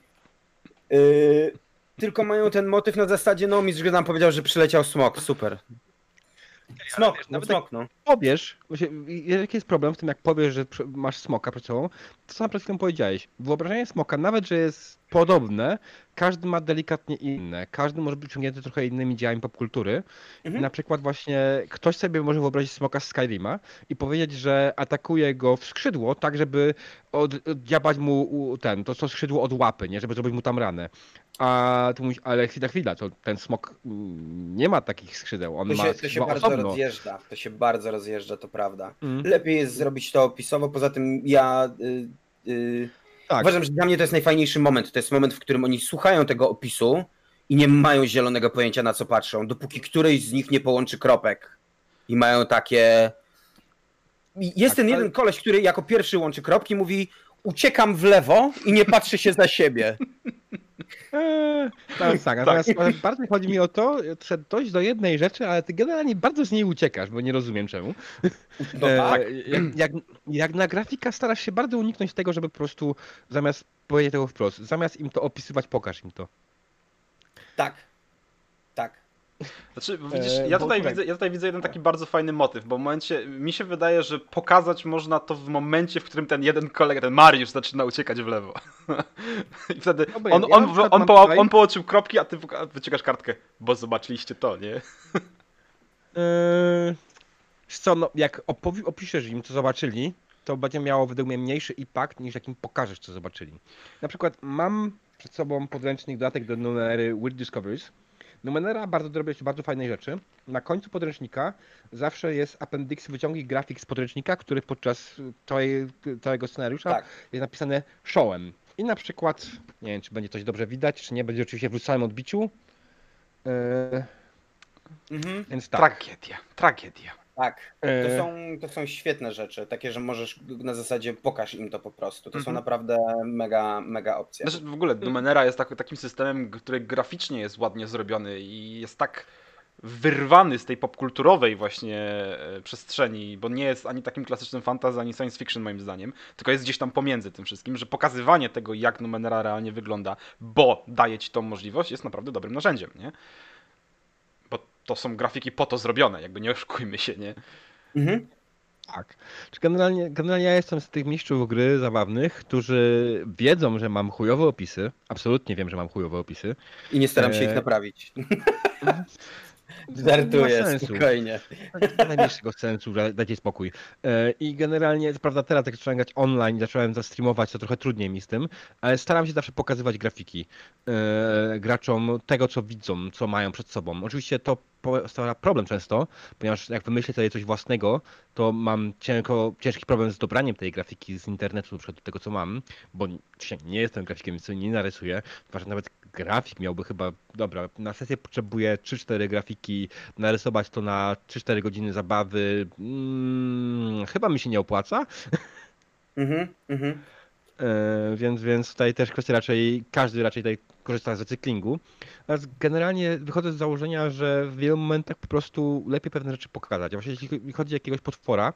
yy, tylko mają ten motyw na zasadzie, no mistrz gry nam powiedział, że przyleciał smok, super. Smok, no nawet smok, no. Powiesz, właśnie, jaki jest problem w tym, jak powiesz, że przy- masz smoka przed sobą, to sam przed chwilą powiedziałeś. Wyobrażenie smoka, nawet że jest podobne, każdy ma delikatnie inne. Każdy może być ciągnięty trochę innymi działami popkultury. Mhm. Na przykład właśnie ktoś sobie może wyobrazić smoka z Skyrima i powiedzieć, że atakuje go w skrzydło, tak żeby od, oddziabać mu u- ten, to, to skrzydło od łapy, nie, żeby zrobić mu tam ranę. A tu mówisz, ale chwila, chwila, to ten smok mm, nie ma takich skrzydeł, on To ma się, to się skrzydła bardzo osobno. rozjeżdża, to się bardzo rozjeżdża, to prawda. Mm. Lepiej jest zrobić to opisowo, poza tym ja y, y, Tak. uważam, że dla mnie to jest najfajniejszy moment, to jest moment, w którym oni słuchają tego opisu i nie mają zielonego pojęcia, na co patrzą, dopóki któryś z nich nie połączy kropek i mają takie... I Jest Tak, ten ale- jeden koleś, który jako pierwszy łączy kropki, mówi uciekam w lewo i nie patrzy się za siebie. Eee, tak, tak. Natomiast bardziej chodzi mi o to, że dojść do jednej rzeczy, ale ty generalnie bardzo z niej uciekasz, bo nie rozumiem czemu. No Eee, tak. jak, jak, jak na grafika starasz się bardzo uniknąć tego, żeby po prostu zamiast powiedzieć tego wprost, zamiast im to opisywać, pokaż im to. Tak, tak. Znaczy, bo widzisz, E, ja bo tutaj, słuchaj- widzę, ja tutaj widzę jeden taki bardzo fajny motyw, bo w momencie, mi się wydaje, że pokazać można to w momencie, w którym ten jeden kolega, ten Mariusz zaczyna uciekać w lewo. I wtedy No bo on, ja na on, przykład on, mam poła- tutaj- on połączył kropki, a ty wyciągasz kartkę, bo zobaczyliście to, nie? Yy, wiesz co, no, jak opowi- opiszesz im, co zobaczyli, to będzie miało według mnie mniejszy impact, niż jak im pokażesz, co zobaczyli. Na przykład mam przed sobą podręcznik dodatek do numery Weird Discoveries. Numenera bardzo robi bardzo fajnej rzeczy. Na końcu podręcznika zawsze jest appendix, wyciągi grafik z podręcznika, który podczas całej, całego scenariusza Tak. jest napisane showem. I na przykład, nie wiem, czy będzie coś dobrze widać, czy nie, będzie oczywiście w samym odbiciu. Yy, Mhm. więc tak. Tragedia, tragedia. Tak. To Yy, są, to są świetne rzeczy, takie, że możesz na zasadzie pokaż im to po prostu. To są Mhm. naprawdę mega, mega opcje. Znaczy, w ogóle Numenera jest tak, takim systemem, który graficznie jest ładnie zrobiony i jest tak wyrwany z tej popkulturowej właśnie e, przestrzeni, bo nie jest ani takim klasycznym fantasy, ani science fiction moim zdaniem, tylko jest gdzieś tam pomiędzy tym wszystkim, że pokazywanie tego, jak Numenera realnie wygląda, bo daje ci tą możliwość, jest naprawdę dobrym narzędziem, nie? Bo to są grafiki po to zrobione, jakby nie oszukujmy się, nie? Mhm. Tak. Czy generalnie, generalnie ja jestem z tych mistrzów gry zabawnych, którzy wiedzą, że mam chujowe opisy. Absolutnie wiem, że mam chujowe opisy. I nie staram się ich Eee, naprawić. To nie ma Żartuję, sensu. spokojnie. Nie ma najmniejszego sensu, że dajcie spokój. E, I generalnie, co prawda teraz jak zacząłem grać online i zacząłem zastreamować, to trochę trudniej mi z tym, ale staram się zawsze pokazywać grafiki e, graczom tego, co widzą, co mają przed sobą. Oczywiście to po- stawia problem często, ponieważ jak wymyślę sobie coś własnego, to mam ciężko, ciężki problem z dobraniem tej grafiki z internetu, na przykład do tego, co mam, bo się nie jestem grafikiem, więc nie narysuję. Chyba, że nawet grafik miałby chyba, dobra, na sesję potrzebuję trzy cztery grafiki, narysować to na trzy cztery godziny zabawy, mm, chyba mi się nie opłaca, Mhm, mhm. e, więc, więc tutaj też kwestia raczej, każdy raczej tutaj korzysta z recyklingu. Natomiast generalnie wychodzę z założenia, że w wielu momentach po prostu lepiej pewne rzeczy pokazać. A właśnie jeśli chodzi o jakiegoś potwora,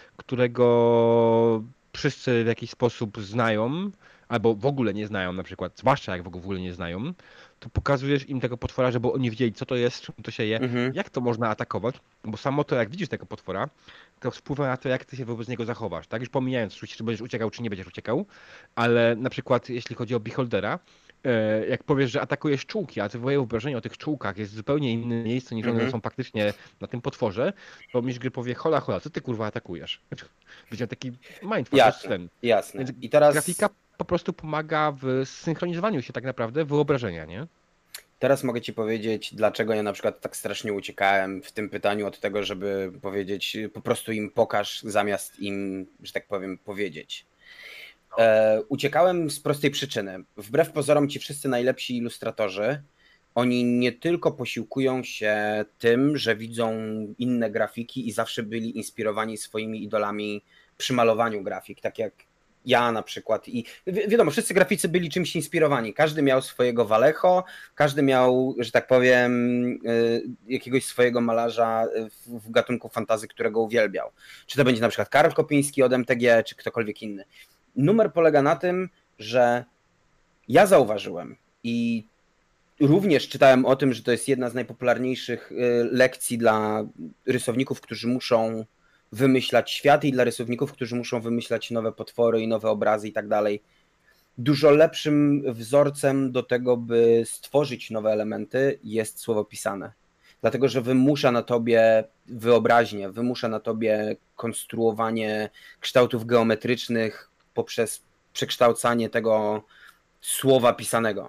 którego wszyscy w jakiś sposób znają, albo w ogóle nie znają na przykład, zwłaszcza jak w ogóle nie znają, to pokazujesz im tego potwora, żeby oni wiedzieli, co to jest, czym to się je, Mhm. jak to można atakować, bo samo to, jak widzisz tego potwora, to wpływa na to, jak ty się wobec niego zachowasz, tak? Już pomijając, czy będziesz uciekał, czy nie będziesz uciekał, ale na przykład jeśli chodzi o Beholdera, e, jak powiesz, że atakujesz czułki, a twoje wyobrażenie o tych czułkach jest zupełnie inne miejsce niż one Mhm. są faktycznie na tym potworze, to mistrz gry powie, hola, hola, co ty kurwa atakujesz? Będzie taki mindfuck, Jasne. ten. Jasne. Więc I teraz, grafika po prostu pomaga w synchronizowaniu się tak naprawdę wyobrażenia, nie? teraz mogę ci powiedzieć, dlaczego ja na przykład tak strasznie uciekałem w tym pytaniu od tego, żeby powiedzieć, po prostu im pokaż, zamiast im, że tak powiem, powiedzieć. E, uciekałem z prostej przyczyny. Wbrew pozorom ci wszyscy najlepsi ilustratorzy, oni nie tylko posiłkują się tym, że widzą inne grafiki i zawsze byli inspirowani swoimi idolami przy malowaniu grafik, tak jak ja na przykład. I wi- wiadomo, wszyscy graficy byli czymś inspirowani. Każdy miał swojego Vallejo, każdy miał, że tak powiem, y, jakiegoś swojego malarza w, w gatunku fantasy, którego uwielbiał. Czy to będzie na przykład Karol Kopiński od M T G, czy ktokolwiek inny. Numer polega na tym, że ja zauważyłem i również czytałem o tym, że to jest jedna z najpopularniejszych y, lekcji dla rysowników, którzy muszą wymyślać świat i dla rysowników, którzy muszą wymyślać nowe potwory i nowe obrazy i tak dalej. Dużo lepszym wzorcem do tego, by stworzyć nowe elementy, jest słowo pisane. Dlatego, że wymusza na tobie wyobraźnię, wymusza na tobie konstruowanie kształtów geometrycznych poprzez przekształcanie tego słowa pisanego.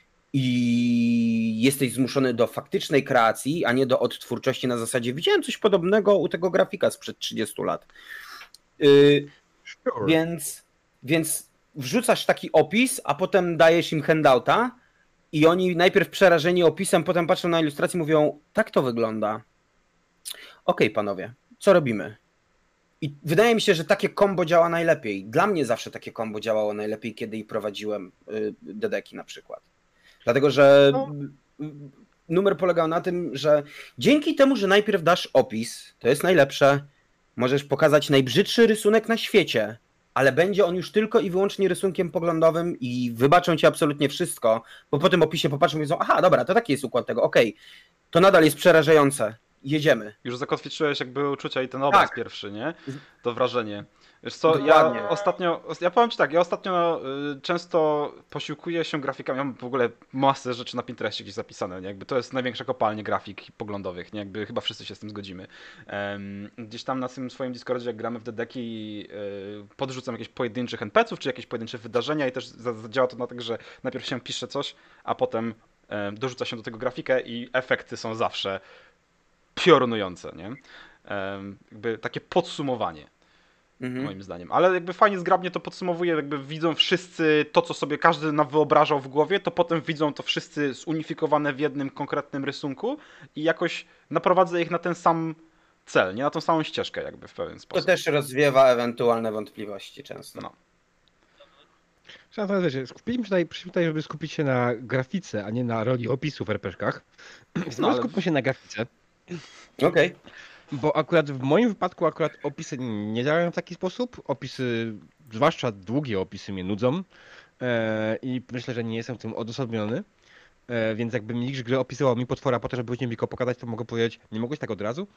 I jesteś zmuszony do faktycznej kreacji, a nie do odtwórczości na zasadzie widziałem coś podobnego u tego grafika sprzed trzydziestu lat. Yy, Sure. więc, więc wrzucasz taki opis, a potem dajesz im handouta i oni najpierw przerażeni opisem, potem patrzą na ilustrację i mówią, tak to wygląda. Okej, panowie, co robimy? I wydaje mi się, że takie kombo działa najlepiej. Dla mnie zawsze takie kombo działało najlepiej, kiedy i prowadziłem y, dedeki na przykład. Dlatego, że No. y, numer polegał na tym, że dzięki temu, że najpierw dasz opis, to jest najlepsze, możesz pokazać najbrzydszy rysunek na świecie ale będzie on już tylko i wyłącznie rysunkiem poglądowym i wybaczą ci absolutnie wszystko, bo po tym opisie popatrzą i powiedzą, aha, dobra, to taki jest układ tego, okej, to nadal jest przerażające, jedziemy. Już zakotwiczyłeś jakby uczucia i ten obraz Tak. pierwszy, nie? To wrażenie. Wiesz co, Dokładnie. ja ostatnio, ja powiem ci tak, ja ostatnio y, często posiłkuję się grafikami, ja mam w ogóle masę rzeczy na Pinterestie gdzieś zapisane, nie? Jakby to jest największa kopalnia grafik poglądowych, nie? Jakby chyba wszyscy się z tym zgodzimy. Em, gdzieś tam na tym swoim Discordzie, jak gramy w Dedeki, y, podrzucam jakieś pojedynczych en pe ce ów, czy jakieś pojedyncze wydarzenia i też za- działa to na tak, że najpierw się pisze coś, a potem em, dorzuca się do tego grafikę i efekty są zawsze piorunujące, nie? Em, jakby takie podsumowanie, Mhm. moim zdaniem. Ale jakby fajnie zgrabnie to podsumowuje, jakby widzą wszyscy to, co sobie każdy wyobrażał w głowie, to potem widzą to wszyscy zunifikowane w jednym konkretnym rysunku i jakoś naprowadza ich na ten sam cel, nie na tą samą ścieżkę jakby w pewien To sposób. też rozwiewa ewentualne wątpliwości często. No. Natomiast wiecie, skupiliśmy się tutaj, przyszliśmy tutaj, żeby skupić się na grafice, a nie na roli opisu w er pe gie kach. Więc No, może ale- skupmy się na grafice. Okej. Bo akurat w moim wypadku akurat opisy nie działają w taki sposób. Opisy, zwłaszcza długie opisy mnie nudzą e, i myślę, że nie jestem tym odosobniony. E, więc jakby nikt gry opisywał mi potwora po to, żeby później mi go pokazać, to mogę powiedzieć, nie mogłeś tak od razu?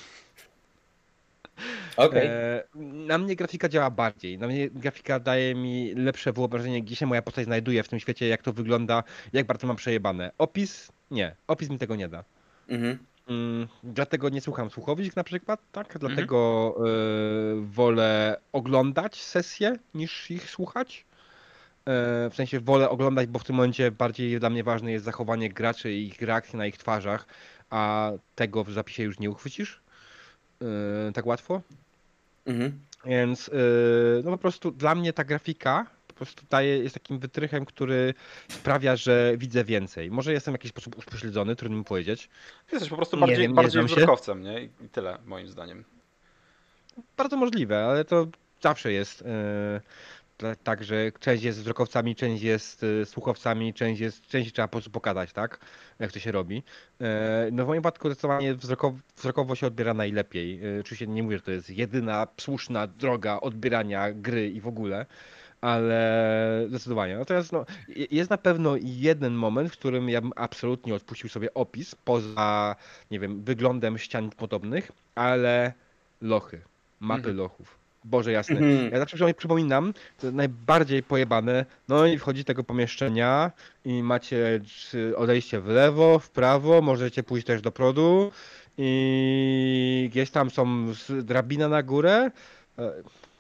Okej. E, na mnie grafika działa bardziej. Na mnie grafika daje mi lepsze wyobrażenie, gdzie się moja postać znajduje w tym świecie, jak to wygląda, jak bardzo mam przejebane. Opis? Nie. Opis mi tego nie da. Mhm. Mm, dlatego nie słucham słuchowisk na przykład, tak? Dlatego y, wolę oglądać sesje niż ich słuchać. E, w sensie wolę oglądać, bo w tym momencie bardziej dla mnie ważne jest zachowanie graczy i ich reakcje na ich twarzach, a tego w zapisie już nie uchwycisz y, tak łatwo. Mhm. Więc y, no po prostu dla mnie ta grafika po prostu daje, jest takim wytrychem, który sprawia, że widzę więcej. Może jestem w jakiś sposób upośledzony, trudno mi powiedzieć. Jesteś po prostu Nie bardziej, wiem, nie bardziej znam się. wzrokowcem, nie? I tyle, moim zdaniem. Bardzo możliwe, ale to zawsze jest e, ta- tak, że część jest wzrokowcami, część jest e, słuchowcami, część jest, część trzeba po prostu pokazać, tak? Jak to się robi. E, no w moim przypadku zdecydowanie wzrokowo, wzrokowo się odbiera najlepiej. E, oczywiście nie mówię, że to jest jedyna słuszna droga odbierania gry i w ogóle, ale zdecydowanie. Natomiast no, je- jest na pewno jeden moment, w którym ja bym absolutnie odpuścił sobie opis, poza, nie wiem, wyglądem ścian podobnych, ale lochy, mapy Mhm. lochów. Boże jasny. Mhm. Ja zawsze przynajmniej przypominam, to najbardziej pojebane, no i wchodzi do tego pomieszczenia i macie czy odejście w lewo, w prawo, możecie pójść też do przodu i gdzieś tam są s- drabina na górę. E,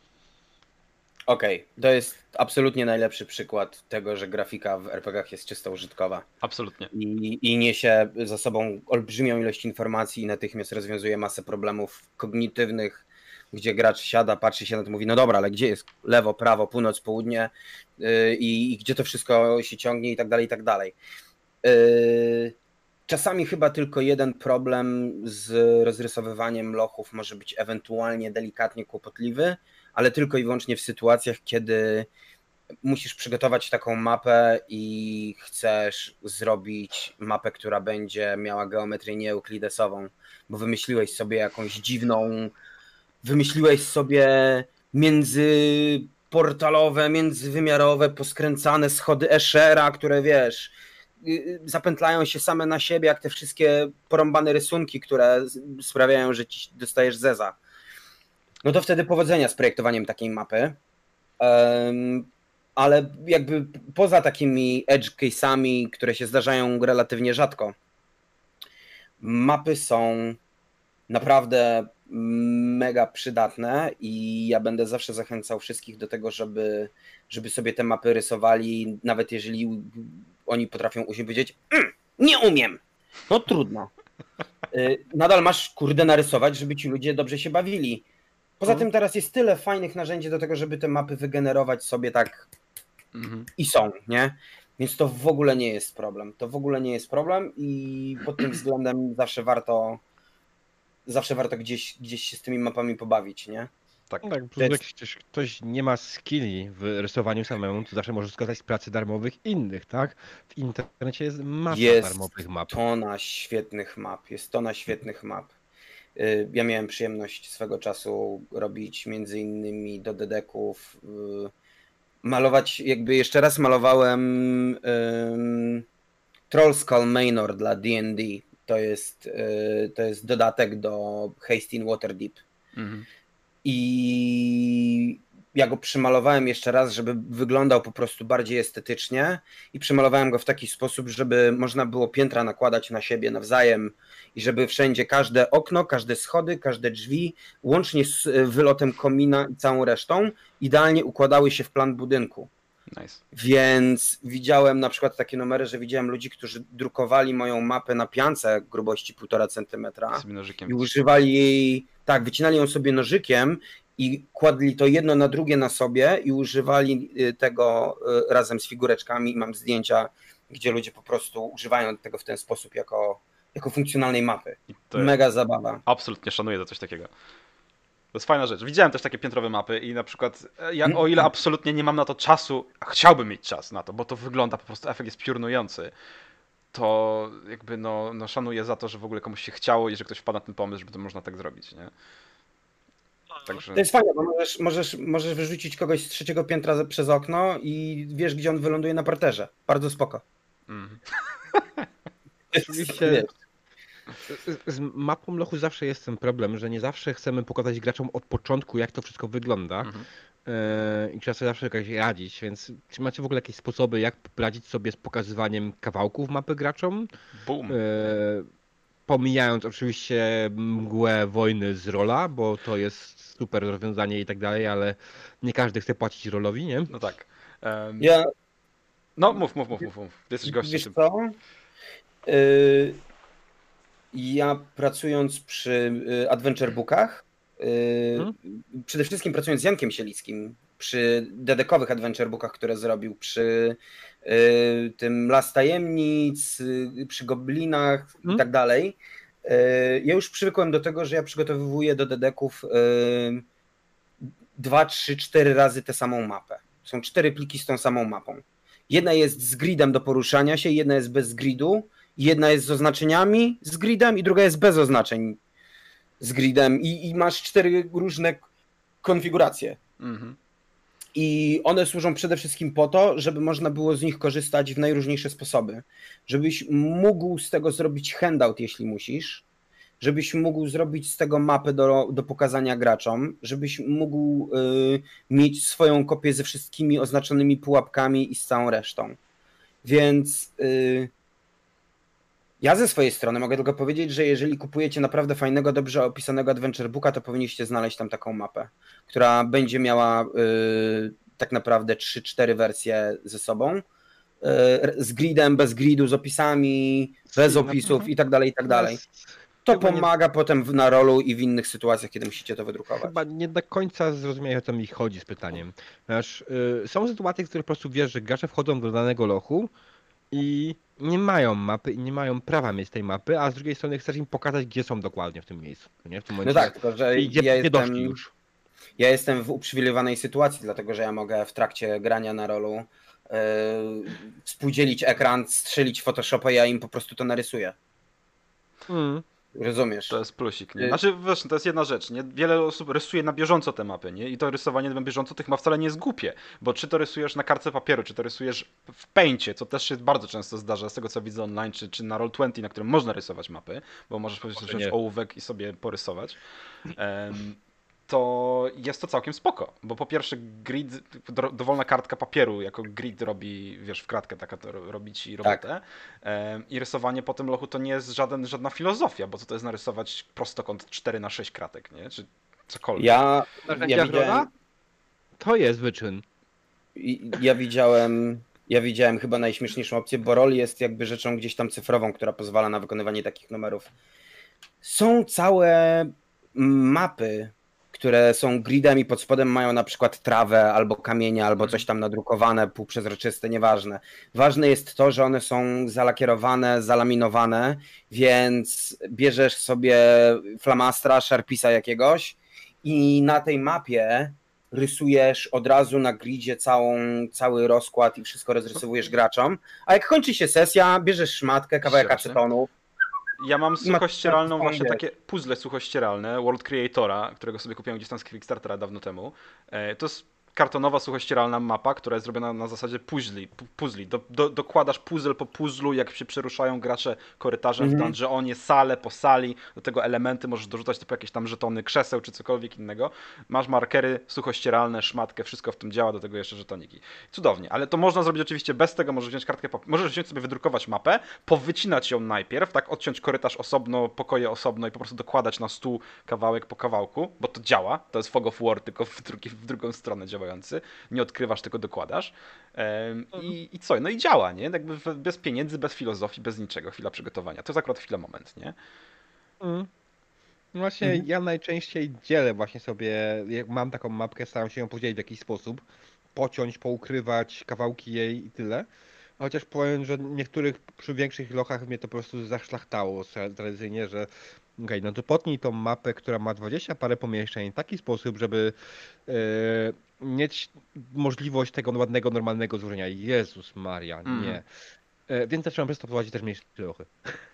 Okej, to jest absolutnie najlepszy przykład tego, że grafika w er pe gie ach jest czysto użytkowa Absolutnie. i, i niesie za sobą olbrzymią ilość informacji i natychmiast rozwiązuje masę problemów kognitywnych, gdzie gracz siada, patrzy się na to, mówi, no dobra, ale gdzie jest lewo, prawo, północ, południe yy, i, i gdzie to wszystko się ciągnie i tak dalej, i tak dalej. Yy, Czasami chyba tylko jeden problem z rozrysowywaniem lochów może być ewentualnie delikatnie kłopotliwy, ale tylko i wyłącznie w sytuacjach, kiedy musisz przygotować taką mapę i chcesz zrobić mapę, która będzie miała geometrię nieeuklidesową, bo wymyśliłeś sobie jakąś dziwną, wymyśliłeś sobie międzyportalowe, międzywymiarowe, poskręcane schody Eschera, które wiesz, y, zapętlają się same na siebie, jak te wszystkie porąbane rysunki, które z- sprawiają, że ci dostajesz zeza. No to wtedy powodzenia z projektowaniem takiej mapy. Em, ale jakby poza takimi edge case'ami, które się zdarzają relatywnie rzadko, mapy są naprawdę mega przydatne i ja będę zawsze zachęcał wszystkich do tego, żeby, żeby sobie te mapy rysowali, nawet jeżeli oni potrafią usiąść i powiedzieć, mm, nie umiem, no trudno. Y, Nadal masz kurde narysować, żeby ci ludzie dobrze się bawili. Poza tym teraz jest tyle fajnych narzędzi do tego, żeby te mapy wygenerować sobie tak Mhm. i są, nie? Więc to w ogóle nie jest problem. To w ogóle nie jest problem i pod tym względem zawsze warto zawsze warto gdzieś, gdzieś się z tymi mapami pobawić, nie? Tak. No tak, plus To jest- jak ktoś, ktoś nie ma skilli w rysowaniu samemu, to zawsze może skorzystać z pracy darmowych innych, tak? W internecie jest masa Jest darmowych map. tona świetnych map, jest tona świetnych map. Ja miałem przyjemność swego czasu robić między innymi do dedeków, malować, jakby jeszcze raz malowałem um, Troll Skull Manor dla D and D. To jest, to jest dodatek do Hasty Waterdeep. Mhm. I ja go przymalowałem jeszcze raz, żeby wyglądał po prostu bardziej estetycznie i przymalowałem go w taki sposób, żeby można było piętra nakładać na siebie nawzajem i żeby wszędzie każde okno, każde schody, każde drzwi, łącznie z wylotem komina i całą resztą, idealnie układały się w plan budynku. Nice. Więc widziałem na przykład takie numery, że widziałem ludzi, którzy drukowali moją mapę na piance grubości półtora centymetra i używali jej, tak, wycinali ją sobie nożykiem i kładli to jedno na drugie na sobie i używali tego razem z figureczkami i mam zdjęcia, gdzie ludzie po prostu używają tego w ten sposób jako, jako funkcjonalnej mapy. Mega zabawa. Absolutnie szanuję za coś takiego. To jest fajna rzecz. Widziałem też takie piętrowe mapy i na przykład ja o ile absolutnie nie mam na to czasu, a chciałbym mieć czas na to, bo to wygląda po prostu, efekt jest piórnujący, to jakby no, no szanuję za to, że w ogóle komuś się chciało i że ktoś wpadł na ten pomysł, żeby to można tak zrobić, nie? Także... To jest fajne, bo możesz, możesz, możesz wyrzucić kogoś z trzeciego piętra przez okno i wiesz, gdzie on wyląduje na parterze. Bardzo spoko. Mm. Oczywiście z mapą lochu zawsze jest ten problem, że nie zawsze chcemy pokazać graczom od początku, jak to wszystko wygląda. Mhm. I trzeba sobie zawsze jakoś radzić, więc czy macie w ogóle jakieś sposoby, jak radzić sobie z pokazywaniem kawałków mapy graczom? Boom. E, pomijając oczywiście mgłę wojny z Rola, bo to jest super rozwiązanie i tak dalej, ale nie każdy chce płacić Rolowi, nie? No tak. Um... Ja... No mów, mów, mów, mów, mów. Ty jesteś gościem. Wiesz co? Y... Ja pracując przy Adventure Bookach, hmm? przede wszystkim pracując z Jankiem Sielickim, przy dedekowych Adventure Bookach, które zrobił, przy tym Las Tajemnic, przy Goblinach hmm? i tak dalej, ja już przywykłem do tego, że ja przygotowywuję do dedeków dwa, trzy, cztery razy tę samą mapę. Są cztery pliki z tą samą mapą. Jedna jest z gridem do poruszania się, jedna jest bez gridu, jedna jest z oznaczeniami z gridem i druga jest bez oznaczeń z gridem i, i masz cztery różne konfiguracje. Mhm. I one służą przede wszystkim po to, żeby można było z nich korzystać w najróżniejsze sposoby. Żebyś mógł z tego zrobić handout, jeśli musisz. Żebyś mógł zrobić z tego mapę do, do pokazania graczom. Żebyś mógł y, mieć swoją kopię ze wszystkimi oznaczonymi pułapkami i z całą resztą. Więc... Y, Ja ze swojej strony mogę tylko powiedzieć, że jeżeli kupujecie naprawdę fajnego, dobrze opisanego Adventure Booka, to powinniście znaleźć tam taką mapę, która będzie miała y, tak naprawdę trzy cztery wersje ze sobą, y, z gridem, bez gridu, z opisami, bez opisów i tak dalej, i tak dalej. To pomaga nie... potem na rolu i w innych sytuacjach, kiedy musicie to wydrukować. Chyba nie do końca zrozumiałem, o co mi chodzi z pytaniem. Ponieważ, y, są sytuacje, w których po prostu wiesz, że gracze wchodzą do danego lochu i nie mają mapy i nie mają prawa mieć tej mapy, a z drugiej strony chcesz im pokazać, gdzie są dokładnie w tym miejscu. Nie? W tym momencie, no tak, tylko że i gdzie, ja, gdzie jestem, już. ja jestem w uprzywilejowanej sytuacji, dlatego że ja mogę w trakcie grania na rolu yy, spółdzielić ekran, strzelić Photoshopa i ja im po prostu to narysuję. Hmm. Rozumiesz? To jest plusik, nie? Znaczy, wiesz, to jest jedna rzecz, nie? Wiele osób rysuje na bieżąco te mapy, nie? I to rysowanie na bieżąco tych map wcale nie jest głupie, bo czy to rysujesz na kartce papieru, czy to rysujesz w Paincie, co też się bardzo często zdarza, z tego co widzę online, czy, czy na Roll dwadzieścia, na którym można rysować mapy, bo możesz powiedzieć, wziąć ołówek i sobie porysować. Um, to jest to całkiem spoko, bo po pierwsze grid, dowolna kartka papieru jako grid robi, wiesz, w kratkę taka to robi ci robotę. Tak. I rysowanie po tym lochu to nie jest żaden, żadna filozofia, bo co to jest narysować prostokąt cztery na sześć kratek, nie? Czy cokolwiek. Ja, ja widziałem... To jest wyczyn. Ja widziałem, ja widziałem chyba najśmieszniejszą opcję, bo roll jest jakby rzeczą gdzieś tam cyfrową, która pozwala na wykonywanie takich numerów. Są całe mapy, które są gridem i pod spodem mają na przykład trawę albo kamienie, albo coś tam nadrukowane, półprzezroczyste, nieważne. Ważne jest to, że one są zalakierowane, zalaminowane, więc bierzesz sobie flamastra, sharpisa jakiegoś i na tej mapie rysujesz od razu na gridzie całą, cały rozkład i wszystko rozrysowujesz graczom, a jak kończy się sesja, bierzesz szmatkę, kawałek acetonu Ja mam suchościeralną Ma- właśnie wiesz. takie puzzle suchościeralne World Creatora, którego sobie kupiłem gdzieś tam z Kickstartera dawno temu. E, To jest kartonowa suchościeralna mapa, która jest zrobiona na zasadzie puzzli. pu- puzzli. Do, do, dokładasz puzzle po puzzlu, jak się przeruszają gracze korytarzem w Mhm. dungeonie, sale po sali, do tego elementy możesz dorzucać typu jakieś tam żetony krzeseł czy cokolwiek innego. Masz markery suchościeralne, szmatkę, wszystko w tym działa, do tego jeszcze żetoniki. Cudownie, ale to można zrobić oczywiście bez tego, możesz wziąć kartkę, pap- możesz wziąć sobie, wydrukować mapę, powycinać ją najpierw, tak, odciąć korytarz osobno, pokoje osobno i po prostu dokładać na stół kawałek po kawałku, bo to działa, to jest fog of war, tylko w, drugi, w drugą stronę działający, nie odkrywasz, tylko dokładasz. Em, i, I co? No i działa, nie? Jakby w- bez pieniędzy, bez filozofii, bez niczego, chwila przygotowania. To jest akurat chwila, moment, nie? Mm. No właśnie, Mhm. ja najczęściej dzielę właśnie sobie, jak mam taką mapkę, staram się ją podzielić w jakiś sposób, pociąć, poukrywać kawałki jej i tyle. Chociaż powiem, że niektórych, przy większych lochach mnie to po prostu zaszlachtało tra- tradycyjnie, że okej, no to potnij tą mapę, która ma dwadzieścia parę pomieszczeń w taki sposób, żeby e, mieć możliwość tego ładnego, normalnego złożenia. Jezus Maria, Mhm. nie. E, więc zacząłem przez to prowadzić też mniejsze lochy.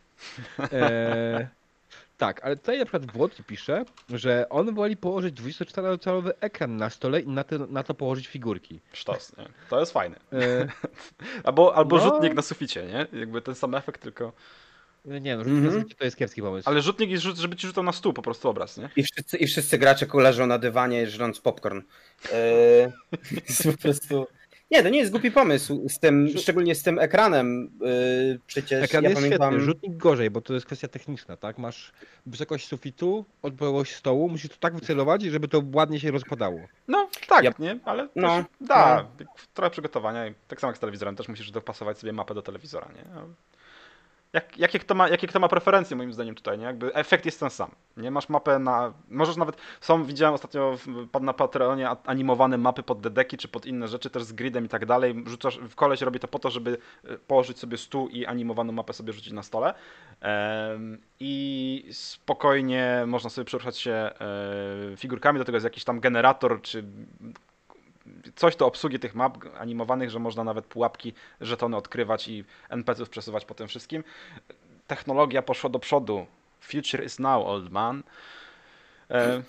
E, tak, ale tutaj na przykład Włodzi pisze, że on woli położyć dwudziestoczterocalowy ekran na stole i na to, na to położyć figurki. Sztos, nie? To jest fajne. E, Albo, albo No. rzutnik na suficie, nie? Jakby ten sam efekt, tylko... nie no, Mhm. mm to jest kiepski pomysł. Ale rzutnik jest, rzut- żeby ci rzucał na stół po prostu obraz, nie? I wszyscy, I wszyscy gracze leżą na dywanie, żrąc popcorn. Yy, jest po prostu... Nie, to nie jest głupi pomysł, z tym, szczególnie z tym ekranem. Yy, przecież Ekran ja jest pamiętam... świetny, rzutnik gorzej, bo to jest kwestia techniczna, tak? Masz wysokość sufitu, odległość stołu, musisz to tak wycelować, żeby to ładnie się rozkładało. No, tak, Ja- nie? Ale No, też da. Trochę przygotowania i tak samo jak z telewizorem, też musisz dopasować sobie mapę do telewizora, nie? No. Jak, jakie, kto ma, jakie kto ma preferencje moim zdaniem tutaj, nie? Jakby efekt jest ten sam. Nie masz mapę na... Możesz nawet... Są, widziałem ostatnio w- na Patreonie a- animowane mapy pod dedeki czy pod inne rzeczy, też z gridem i tak dalej. Rzucasz, w koleś robi to po to, żeby e, położyć sobie stół i animowaną mapę sobie rzucić na stole. Em, I spokojnie można sobie przeruszać się e, figurkami, do tego jest jakiś tam generator czy coś do obsługi tych map animowanych, że można nawet pułapki, żetony odkrywać i en pe ce ów przesuwać po tym wszystkim. Technologia poszła do przodu. Future is now, old man. E,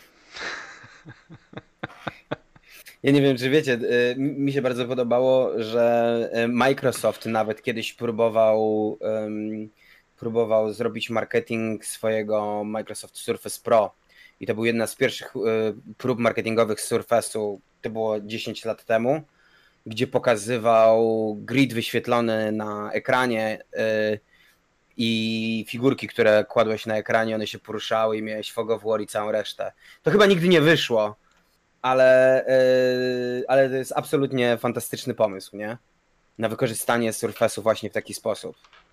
Ja nie wiem, czy wiecie, y, mi się bardzo podobało, że y, Microsoft nawet kiedyś próbował, ym, próbował zrobić marketing swojego Microsoft Surface Pro. I to był jedna z pierwszych y, prób marketingowych Surface'u, to było dziesięć lat temu, gdzie pokazywał grid wyświetlony na ekranie y, i figurki, które kładłeś na ekranie, one się poruszały i miałeś fog of war i całą resztę. To chyba nigdy nie wyszło, ale, yy, ale to jest absolutnie fantastyczny pomysł, nie? Na wykorzystanie Surface'u właśnie w taki sposób.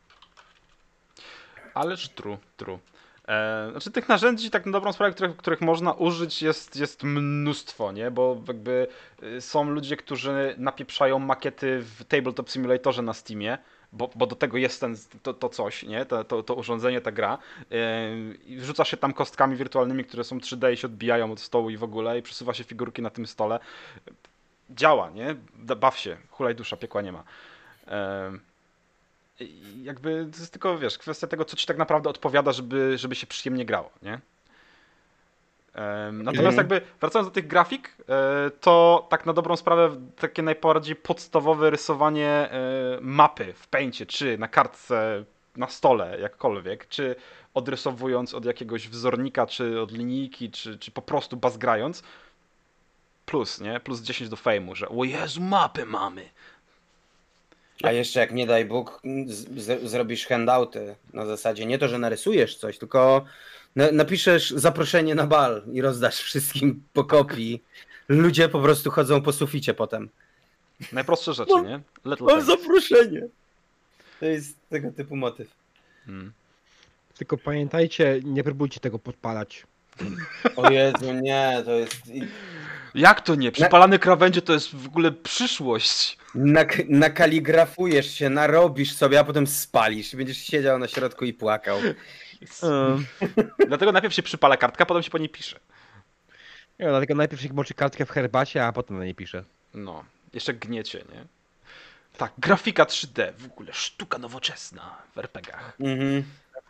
Ależ true, true. E, znaczy tych narzędzi tak na dobrą sprawę, których, których można użyć jest, jest mnóstwo, nie? Bo jakby y, są ludzie, którzy napieprzają makiety w Tabletop Simulatorze na Steamie, bo, bo do tego jest ten, to, to coś, nie? To, to, to urządzenie, ta gra. Yy, i wrzuca się tam kostkami wirtualnymi, które są trzy D i się odbijają od stołu i w ogóle i przesuwa się figurki na tym stole. Działa, nie? Baw się, hulaj dusza, piekła nie ma. Yy, i jakby to jest tylko, wiesz, kwestia tego, co ci tak naprawdę odpowiada, żeby, żeby się przyjemnie grało, nie? Em, Natomiast Mhm. jakby wracając do tych grafik, e, to tak na dobrą sprawę takie najbardziej podstawowe rysowanie e, mapy w Paincie, czy na kartce, na stole, jakkolwiek, czy odrysowując od jakiegoś wzornika, czy od linijki, czy, czy po prostu bazgrając, plus, nie? Plus dziesięć do fejmu, że o Jezu, mapę mamy! A jeszcze jak nie daj Bóg, z, z, zrobisz handouty na zasadzie nie to, że narysujesz coś, tylko na, napiszesz zaproszenie na bal i rozdasz wszystkim po kopii. Ludzie po prostu chodzą po suficie potem. Najprostsze rzeczy, No, nie? Little O, things. zaproszenie! To jest tego typu motyw. Hmm. Tylko pamiętajcie, nie próbujcie tego podpalać. O Jezu, nie, to jest... Jak to nie? Przypalane krawędzie to jest w ogóle przyszłość. Nak nakaligrafujesz się, narobisz sobie, a potem spalisz i będziesz siedział na środku i płakał. Um, Dlatego najpierw się przypala kartka, potem się po niej pisze. nie, dlatego najpierw się moczy kartkę w herbacie, a potem na niej pisze. No, jeszcze gniecie, nie? Tak, grafika trzy D, w ogóle sztuka nowoczesna w er pe gach. Mhm.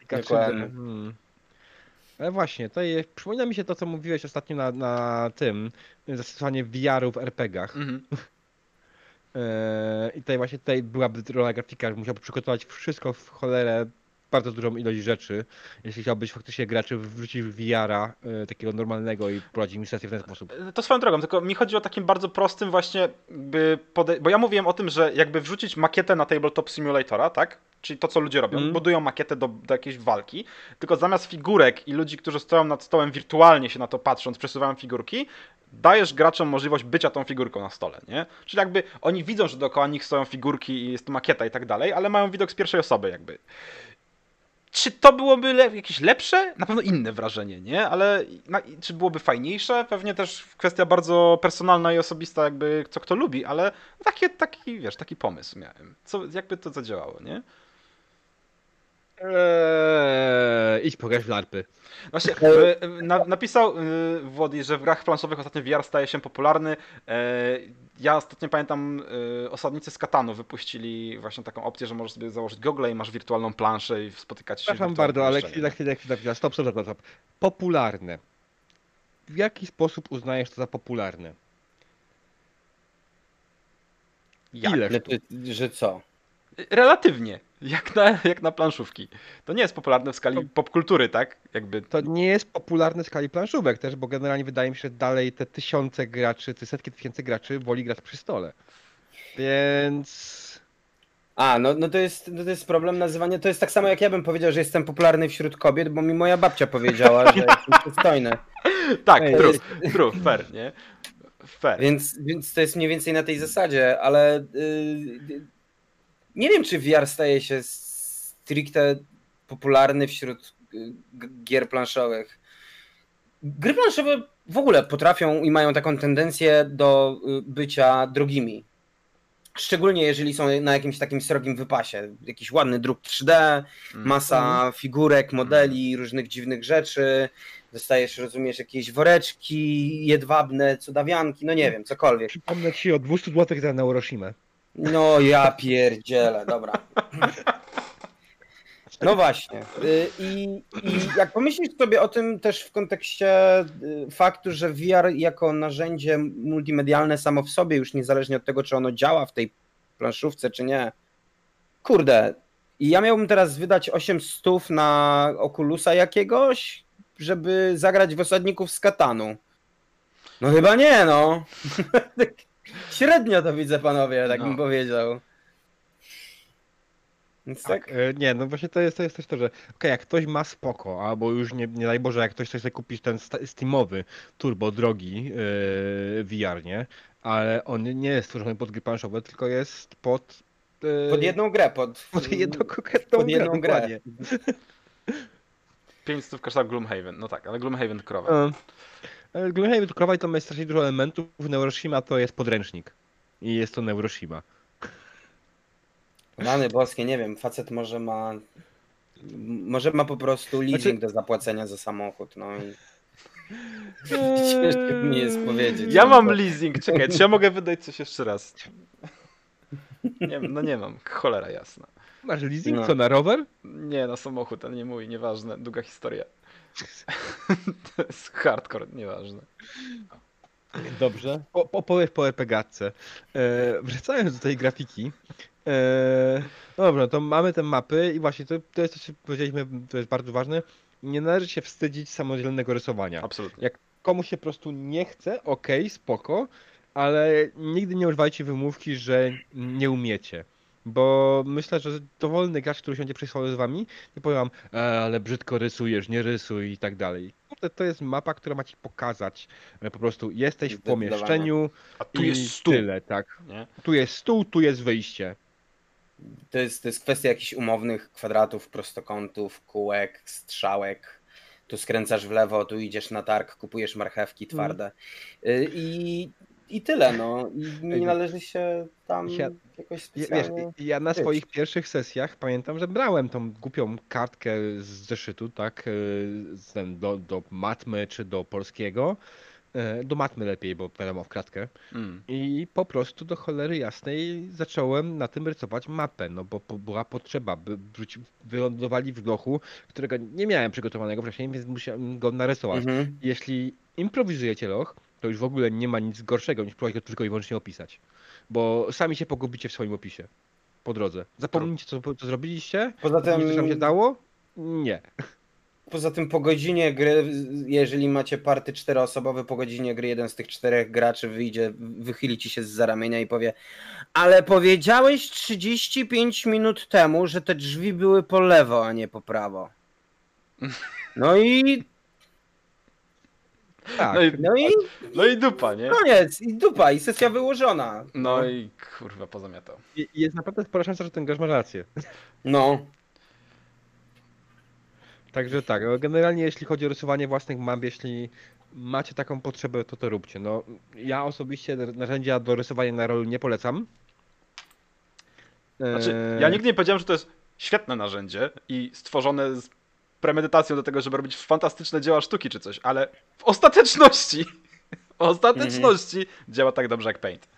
Grafika trzy D. Dokładnie. Hmm. Ale właśnie, to jest, przypomina mi się to, co mówiłeś ostatnio na, na tym, zastosowanie V R-u w er pe gach. Mhm. Eee, I tutaj właśnie tutaj byłaby rola grafika, że musiałby przygotować wszystko w cholerę, bardzo dużą ilość rzeczy, jeśli chciałbyś faktycznie graczy wrzucić w V R-a e, takiego normalnego i prowadzić misję w ten sposób. To swoją drogą, tylko mi chodzi o takim bardzo prostym właśnie, by pode... bo ja mówiłem o tym, że jakby wrzucić makietę na Tabletop Simulatora, tak? Czyli to, co ludzie robią, Mm. budują makietę do, do jakiejś walki, tylko zamiast figurek i ludzi, którzy stoją nad stołem wirtualnie się na to patrząc, przesuwają figurki, dajesz graczom możliwość bycia tą figurką na stole, nie? Czyli jakby oni widzą, że dookoła nich stoją figurki i jest makieta i tak dalej, ale mają widok z pierwszej osoby jakby. Czy to byłoby le jakieś lepsze? Na pewno inne wrażenie, nie? Ale na, czy byłoby fajniejsze? Pewnie też kwestia bardzo personalna i osobista, jakby co kto lubi, ale takie, taki, wiesz, taki pomysł miałem. Co, jakby to zadziałało, nie? Eee, idź pograć w larpy. Właśnie e, na, napisał e, Włody, że w grach planszowych ostatnio V R staje się popularny. E, ja ostatnio pamiętam, e, osadnicy z Katanu wypuścili właśnie taką opcję, że możesz sobie założyć gogle i masz wirtualną planszę i spotykać się w Przepraszam wirtualnym bardzo, ale pomieszczeniu, chwila, nie? chwila, chwila, chwila, stop, stop, stop, stop. Popularne. W jaki sposób uznajesz to za popularne? Jak? Ile No sztuk? to, że co? Relatywnie, jak na, jak na planszówki. To nie jest popularne w skali popkultury, tak? Jakby. To nie jest popularne w skali planszówek też, bo generalnie wydaje mi się, że dalej te tysiące graczy, te setki tysięcy graczy woli grać przy stole. Więc... A, no, no, to jest, no to jest problem nazywania. To jest tak samo jak ja bym powiedział, że jestem popularny wśród kobiet, bo mi moja babcia powiedziała, że jestem przystojny. Tak, Ej, true, jest- true, fair, nie? Fair. Więc, więc to jest mniej więcej na tej zasadzie, ale yy, nie wiem, czy V R staje się stricte popularny wśród y, g- gier planszowych. Gry planszowe w ogóle potrafią i mają taką tendencję do y, bycia drogimi. Szczególnie jeżeli są na jakimś takim srogim wypasie. Jakiś ładny druk trzy D, Mm. masa figurek, modeli, różnych dziwnych rzeczy. Dostajesz, rozumiesz, jakieś woreczki jedwabne, cudawianki, no nie wiem, cokolwiek. Przypomnę ci o dwieście złotych za Neuroshima. No ja pierdzielę, dobra. No właśnie. Y, I, I jak pomyślisz sobie o tym też w kontekście y, faktu, że V R jako narzędzie multimedialne samo w sobie, już niezależnie od tego, czy ono działa w tej planszówce, czy nie. Kurde, i ja miałbym teraz wydać osiem stów na Oculusa jakiegoś, żeby zagrać w Osadników z Katanu. No chyba nie, no. Średnio to widzę, panowie, tak No. bym powiedział. Więc tak. E, Nie, no właśnie to jest, to jest też to, że okej, jak ktoś ma spoko, albo już nie, nie daj Boże, jak ktoś chce sobie kupić ten sta- Steamowy, turbo drogi e, V R, nie? Ale on nie jest stworzony pod gry planszowe, tylko jest pod... e, Pod jedną grę, pod, pod jedną konkretną pod jedną grę, grę. dokładnie. pięć stów kosztował Gloomhaven. No tak, ale Gloomhaven krowa. E, e, Gloomhaven Krowaj to ma strasznie dużo elementów, Neuroshima to jest podręcznik. I jest to Neuroshima. Rany boskie, nie wiem, facet może ma może ma po prostu leasing Znaczy- do zapłacenia za samochód, no i ciężko mi jest powiedzieć. Ja no mam to- leasing, czekaj, czy ja mogę wydać coś jeszcze raz? Nie, no nie mam, cholera jasna. Masz leasing? No. Co, na rower? Nie, na samochód, ale nie mój, nieważne, długa historia. To jest hardcore, nieważne. Dobrze. Po, po, po, po er pe gatce. E, wracając do tej grafiki. E, no dobra, to mamy te mapy i właśnie to, to jest, co powiedzieliśmy, to jest bardzo ważne. Nie należy się wstydzić samodzielnego rysowania. Absolutnie. Jak komuś się po prostu nie chce, okej, spoko, ale nigdy nie używajcie wymówki, że nie umiecie. Bo myślę, że dowolny gracz, który siądzie przy stole z wami, nie powie wam, e, ale brzydko rysujesz, nie rysuj i tak dalej. Kurde, to jest mapa, która ma ci pokazać, że po prostu jesteś w Zdecydowanie. pomieszczeniu A tu i jest stół, tyle, tak. nie? Tu jest stół, tu jest wyjście. To jest, to jest kwestia jakichś umownych kwadratów, prostokątów, kółek, strzałek. Tu skręcasz w lewo, tu idziesz na targ, kupujesz marchewki twarde. Y, I, i tyle, no. I nie należy się tam Ja- jakoś Ja, wiesz, specjalnie... ja na Wiesz. swoich pierwszych sesjach pamiętam, że brałem tą głupią kartkę z zeszytu, tak, y, z ten, do, do matmy czy do polskiego e, do matmy lepiej, bo wiadomo, w kratkę. Mm. I po prostu do cholery jasnej zacząłem na tym rysować mapę, no bo po, była potrzeba, by wróci, wylądowali w lochu, którego nie miałem przygotowanego wcześniej, więc musiałem go narysować. Mhm. Jeśli improwizujecie loch, to już w ogóle nie ma nic gorszego niż próbować go tylko i wyłącznie opisać. Bo sami się pogubicie w swoim opisie po drodze. Zapomnijcie, co, co zrobiliście, Poza zapomnijcie, co tam się tym, dało. Nie. poza tym po godzinie gry, jeżeli macie party czteroosobowe, po godzinie gry jeden z tych czterech graczy wyjdzie, wychyli ci się zza ramienia i powie: ale powiedziałeś trzydzieści pięć minut temu, że te drzwi były po lewo, a nie po prawo. No i, Tak. No i, no i no i dupa, nie? koniec, i dupa, i sesja wyłożona. No i kurwa, pozamiatał. I- Jest naprawdę spora szansa, że ten gracz ma rację. No. Także tak, no generalnie jeśli chodzi o rysowanie własnych map, jeśli macie taką potrzebę, to to róbcie. No, ja osobiście narzędzia do rysowania na rolu nie polecam. Znaczy, Eee, ja nigdy nie powiedziałem, że to jest świetne narzędzie i stworzone z premedytacją do tego, żeby robić fantastyczne dzieła sztuki czy coś, ale w ostateczności, w ostateczności działa tak dobrze jak Paint.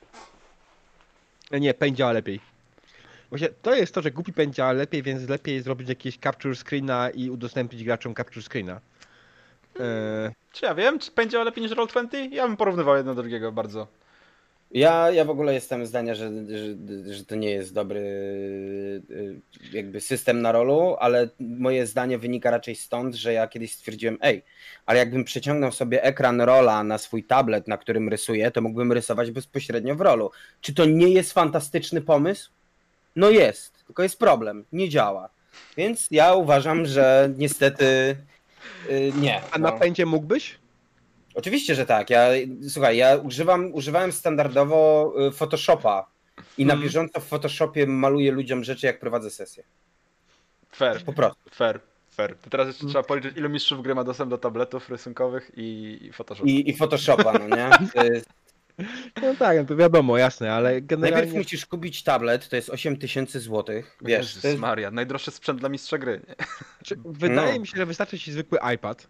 Nie, Paint działa lepiej. Właśnie to jest to, że głupi Paint działa lepiej, więc lepiej zrobić jakiś capture screena i udostępnić graczom capture screena. Eee, Czy ja wiem, czy Paint działa lepiej niż Roll dwadzieścia? Ja bym porównywał jedno do drugiego bardzo. Ja, ja w ogóle jestem zdania, że, że, że to nie jest dobry y, jakby system na rolu, ale moje zdanie wynika raczej stąd, że ja kiedyś stwierdziłem: ej, ale jakbym przeciągnął sobie ekran rola na swój tablet, na którym rysuję, to mógłbym rysować bezpośrednio w rolu. Czy to nie jest fantastyczny pomysł? No jest, tylko jest problem, nie działa. Więc ja uważam, że niestety y, nie. a na no. Paincie mógłbyś? Oczywiście, że tak. Ja, słuchaj, ja używam, używałem standardowo y, Photoshopa i na Mhm. bieżąco w Photoshopie maluję ludziom rzeczy, jak prowadzę sesję. Fair, Po prostu. fair, fair. To teraz jeszcze trzeba policzyć, ilu mistrzów gry ma dostęp do tabletów rysunkowych i, i Photoshop. I, i Photoshopa, no nie? To jest, No tak, no to wiadomo, jasne, ale najpierw generalnie... musisz kupić tablet, to jest osiem tysięcy złotych. Wiesz, Jezus to jest, Maria, najdroższy sprzęt dla mistrza gry. Nie? Czy- Wydaje No. mi się, że wystarczy ci zwykły iPad.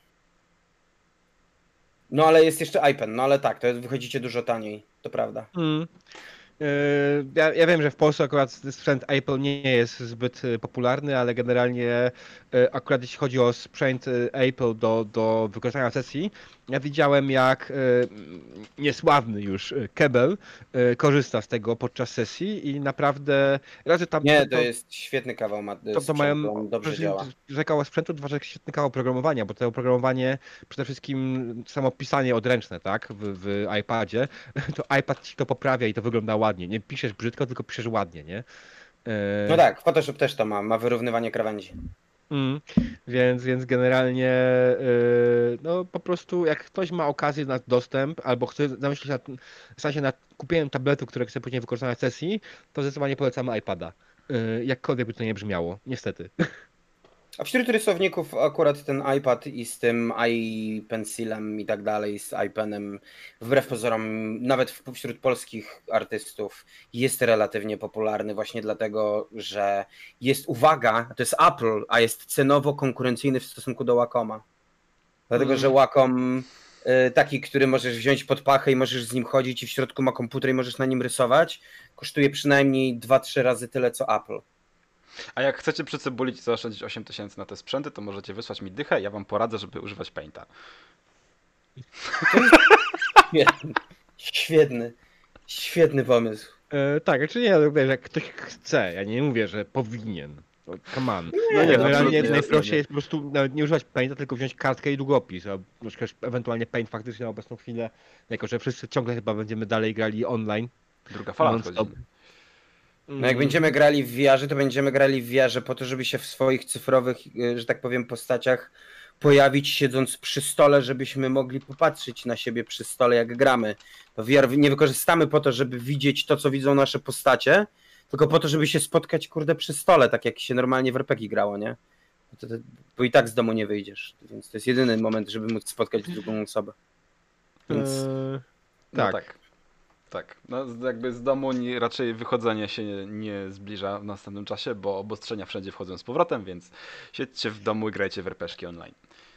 no ale jest jeszcze iPad, no ale tak, to jest, wychodzicie dużo taniej, to prawda. Mm. Yy, Ja, ja wiem, że w Polsce akurat sprzęt Apple nie jest zbyt y, popularny, ale generalnie y, akurat jeśli chodzi o sprzęt y, Apple do, do wykorzystania w sesji, ja widziałem jak y, niesławny już y, Kebel y, korzysta z tego podczas sesji i naprawdę razy tam Nie, to, to jest świetny kawał ma- to, to sprzętu, mają on dobrze że- działa. że kawał sprzętu, dwa, że świetny kawał oprogramowania, bo to oprogramowanie przede wszystkim samo pisanie odręczne, tak, w, w iPadzie, to iPad ci to poprawia i to wygląda ładnie. Nie piszesz brzydko, tylko piszesz ładnie, nie? E, No tak, Photoshop też to ma, ma wyrównywanie krawędzi. Mm, więc, więc generalnie yy, no po prostu jak ktoś ma okazję na dostęp albo chce zamyślić nad, w sensie nad kupieniem tabletu, które chce później wykorzystać w sesji, to zdecydowanie polecamy iPada. Yy, jakkolwiek by to nie brzmiało, niestety. A wśród rysowników akurat ten iPad i z tym iPencilem i tak dalej, z iPenem, wbrew pozorom, nawet w- wśród polskich artystów jest relatywnie popularny właśnie dlatego, że jest, uwaga, to jest Apple, a jest cenowo konkurencyjny w stosunku do Wacoma. Dlatego, Mm. że Wacom y, taki, który możesz wziąć pod pachę i możesz z nim chodzić i w środku ma komputer i możesz na nim rysować, kosztuje przynajmniej dwa trzy razy tyle co Apple. A jak chcecie przycebulić i zaoszczędzić osiem tysięcy na te sprzęty, to możecie wysłać mi dychę, ja wam poradzę, żeby używać Painta. Świetny, świetny, świetny pomysł. E, tak, znaczy nie, no wiesz, jak ktoś chce, ja nie mówię, że powinien. No, come on. No nie, no, Generalnie absolutnie, najprościej jasne, jest po prostu nawet nie używać Painta, tylko wziąć kartkę i długopis, a na przykład ewentualnie Paint faktycznie na obecną chwilę, jako że wszyscy ciągle chyba będziemy dalej grali online. Druga fala Non-stop. wchodzi. No jak będziemy grali w V R-ze, to będziemy grali w V R-ze po to, żeby się w swoich cyfrowych, y, że tak powiem, postaciach pojawić siedząc przy stole, żebyśmy mogli popatrzeć na siebie przy stole, jak gramy. To V R nie wykorzystamy po to, żeby widzieć to, co widzą nasze postacie, tylko po to, żeby się spotkać, kurde, przy stole, tak jak się normalnie w er pe gie grało, nie? To, to, bo i tak z domu nie wyjdziesz, więc to jest jedyny moment, żeby móc spotkać drugą osobę. Więc E, No tak. tak. Tak. No, z- jakby z domu nie, raczej wychodzenie się nie, nie zbliża w następnym czasie, bo obostrzenia wszędzie wchodzą z powrotem, więc siedźcie w domu i grajcie w er pe gie online.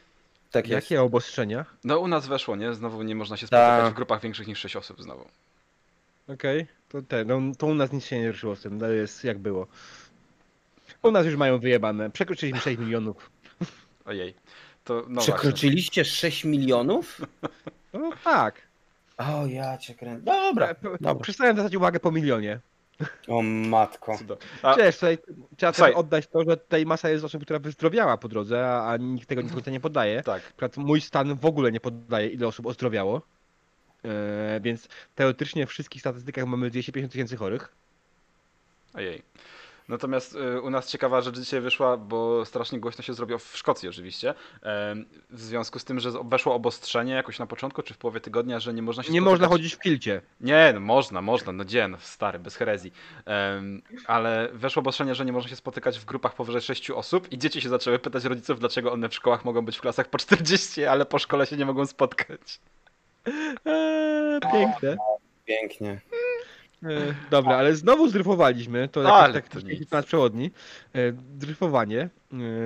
Tak jest. Jakie obostrzenia? No u nas weszło, nie? Znowu nie można się spotykać Tak. w grupach większych niż sześć osób znowu. Okej, to te, no, to u nas nic się nie ruszyło z tym, to jest jak było. U nas już mają wyjebane, przekroczyliśmy sześć milionów. Ojej. To no właśnie. Przekroczyliście sześć milionów? No tak. O, ja cię kręcę. Dobra, dobra. Przestałem zwracać uwagę po milionie. O matko. Cudo. A, Wiesz, tutaj trzeba Słuchaj. też oddać to, że tutaj masa jest osób, która wyzdrowiała po drodze, a, a nikt tego nikt nie poddaje. tak. Akurat mój stan w ogóle nie poddaje, ile osób ozdrowiało. Eee, więc teoretycznie w wszystkich statystykach mamy dwieście pięćdziesiąt tysięcy chorych. Ojej. Natomiast y, u nas ciekawa rzecz dzisiaj wyszła, bo strasznie głośno się zrobiło w Szkocji oczywiście. em, w związku z tym, że weszło obostrzenie jakoś na początku czy w połowie tygodnia, że nie można się Nie spotykać. można chodzić w kilcie. Nie, no można, można, no gdzie, no stary, bez herezji. Em, ale weszło obostrzenie, że nie można się spotykać w grupach powyżej sześciu osób i dzieci się zaczęły pytać rodziców, dlaczego one w szkołach mogą być w klasach po czterdzieści, ale po szkole się nie mogą spotkać. Eee, piękne. Pięknie. E, dobra, ale znowu zdryfowaliśmy, to Ale jakoś tak to troszkę nic. nas przewodni. E, dryfowanie. E,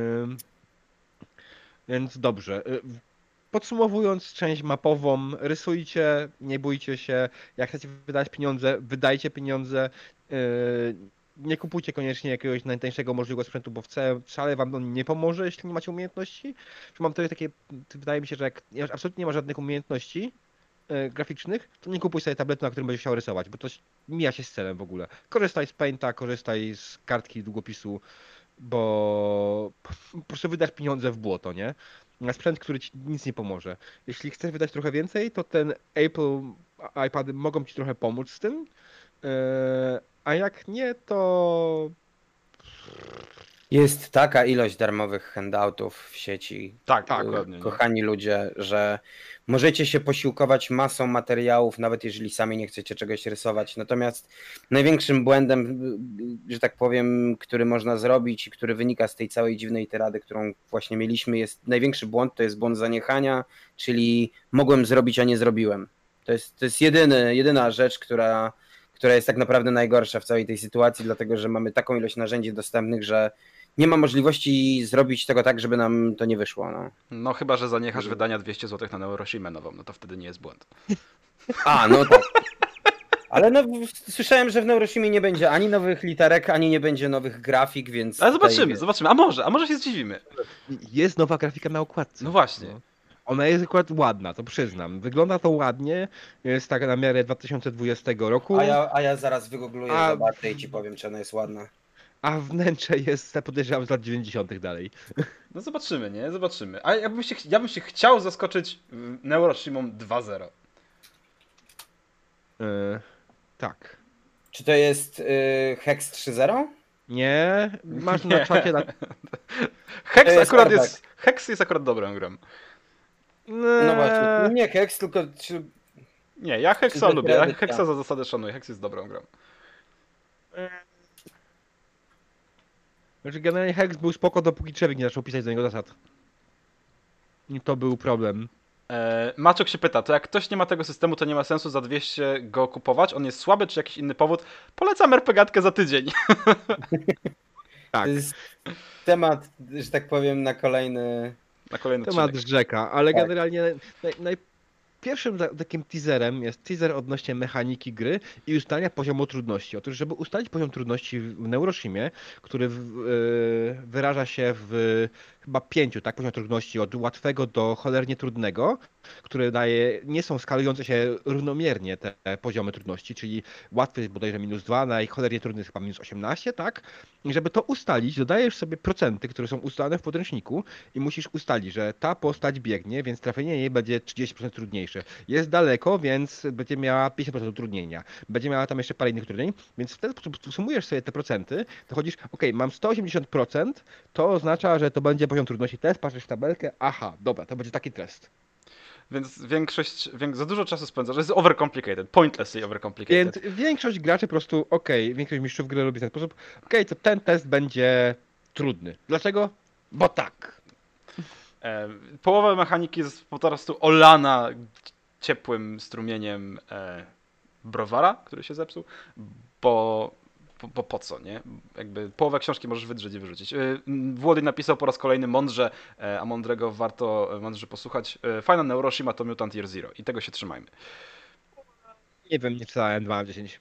więc dobrze. E, Podsumowując część mapową, rysujcie, nie bójcie się. Jak chcecie wydać pieniądze, wydajcie pieniądze. E, nie kupujcie koniecznie jakiegoś najtańszego możliwego sprzętu, bo wcale, wcale wam on nie pomoże, jeśli nie macie umiejętności. Że mam to jest takie, wydaje mi się, że jak nie masz- absolutnie nie ma żadnych umiejętności e, graficznych, to nie kupuj sobie tabletu, na którym będziesz chciał rysować, bo to mija się z celem w ogóle. Korzystaj z Painta, korzystaj z kartki długopisu, bo po prostu wydasz pieniądze w błoto, nie? Na sprzęt, który ci nic nie pomoże. Jeśli chcesz wydać trochę więcej, to ten Apple iPady mogą ci trochę pomóc z tym, e, a jak nie, to Jest taka ilość darmowych handoutów w sieci, Tak, Tak, dokładnie. nie? kochani ludzie, że możecie się posiłkować masą materiałów, nawet jeżeli sami nie chcecie czegoś rysować. Natomiast największym błędem, że tak powiem, który można zrobić i który wynika z tej całej dziwnej tyrady, którą właśnie mieliśmy, jest największy błąd, to jest błąd zaniechania, czyli mogłem zrobić, a nie zrobiłem. To jest, to jest jedyny, jedyna rzecz, która, która jest tak naprawdę najgorsza w całej tej sytuacji, dlatego że mamy taką ilość narzędzi dostępnych, że nie ma możliwości zrobić tego tak, żeby nam to nie wyszło. No. No chyba, że zaniechasz wydania dwieście złotych na Neuroshimę nową, no to wtedy nie jest błąd. A, no tak. Ale no, słyszałem, że w Neuroshimie nie będzie ani nowych literek, ani nie będzie nowych grafik, więc... Ale tutaj- zobaczymy, zobaczymy. A może, a może się zdziwimy. jest nowa grafika na okładce. No właśnie. No. Ona jest akurat ładna, to przyznam. Wygląda to ładnie, jest tak na miarę dwa tysiące dwudziestego roku, A ja, a ja zaraz wygoogluję, A- zobaczę i ci powiem, czy ona jest ładna. a wnętrze jest, podejrzewam, z lat dziewięćdziesiątych dalej. No zobaczymy, nie? Zobaczymy. A ja bym się, ja bym się chciał zaskoczyć y, Neuroshimą dwa zero. E, tak. Czy to jest y, Hex trzy zero? Nie, masz Nie. na czacie na... Hex To jest akurat Arbak. jest. Hex jest akurat dobrą grą. No właśnie, nie Hex, tylko... Czy... Nie, ja Hexa Czy lubię. Ja Reddit, Hexa tak. za zasadę szanuję. Hex jest dobrą grą. Znaczy generalnie Hex był spoko, dopóki Czewik nie zaczął pisać do niego zasad. I to był problem. E, Maczok się pyta, to jak ktoś nie ma tego systemu, to nie ma sensu za dwieście go kupować? On jest słaby, czy jakiś inny powód? Polecam RPGatkę za tydzień. Tak, To jest temat, że tak powiem, na kolejny... Na kolejny temat odcinek. rzeka, ale Tak. generalnie naj, naj, pierwszym za- takim teaserem jest teaser odnośnie mechaniki gry i ustalenia poziomu trudności. Otóż, żeby ustalić poziom trudności w w Neuroshimie, który w, e, wyraża się w chyba pięciu, tak, poziom trudności od łatwego do cholernie trudnego, które daje, nie są skalujące się równomiernie te poziomy trudności, czyli łatwy jest bodajże minus dwa, najcholernie trudny jest chyba minus osiemnaście, tak? I żeby to ustalić, dodajesz sobie procenty, które są ustalone w podręczniku i musisz ustalić, że ta postać biegnie, więc trafienie jej będzie trzydzieści procent trudniejsze. Jest daleko, więc będzie miała pięćdziesiąt procent utrudnienia. Będzie miała tam jeszcze parę innych utrudnień, więc w ten sposób sumujesz sobie te procenty, to chodzisz, ok, mam sto osiemdziesiąt procent, to oznacza, że to będzie poziom trudności test, patrzysz w tabelkę, aha, dobra, to będzie taki test. Więc większość, wiek- za dużo czasu spędza, że jest overcomplicated, pointlessly overcomplicated. Więc większość graczy po prostu, ok, większość mistrzów gry robi w ten sposób, ok, to ten test będzie trudny. Dlaczego? Bo tak. E, połowa mechaniki jest po prostu olana ciepłym strumieniem e, browara, który się zepsuł, bo po, po, po co, nie? Jakby połowę książki możesz wydrzeć i wyrzucić. Yy, Włody napisał po raz kolejny mądrze, e, a mądrego warto e, mądrze posłuchać. E, Fajna Neuroshima to Mutant Year Zero i tego się trzymajmy. Nie wiem, nie czytałem dwa na dziesięć.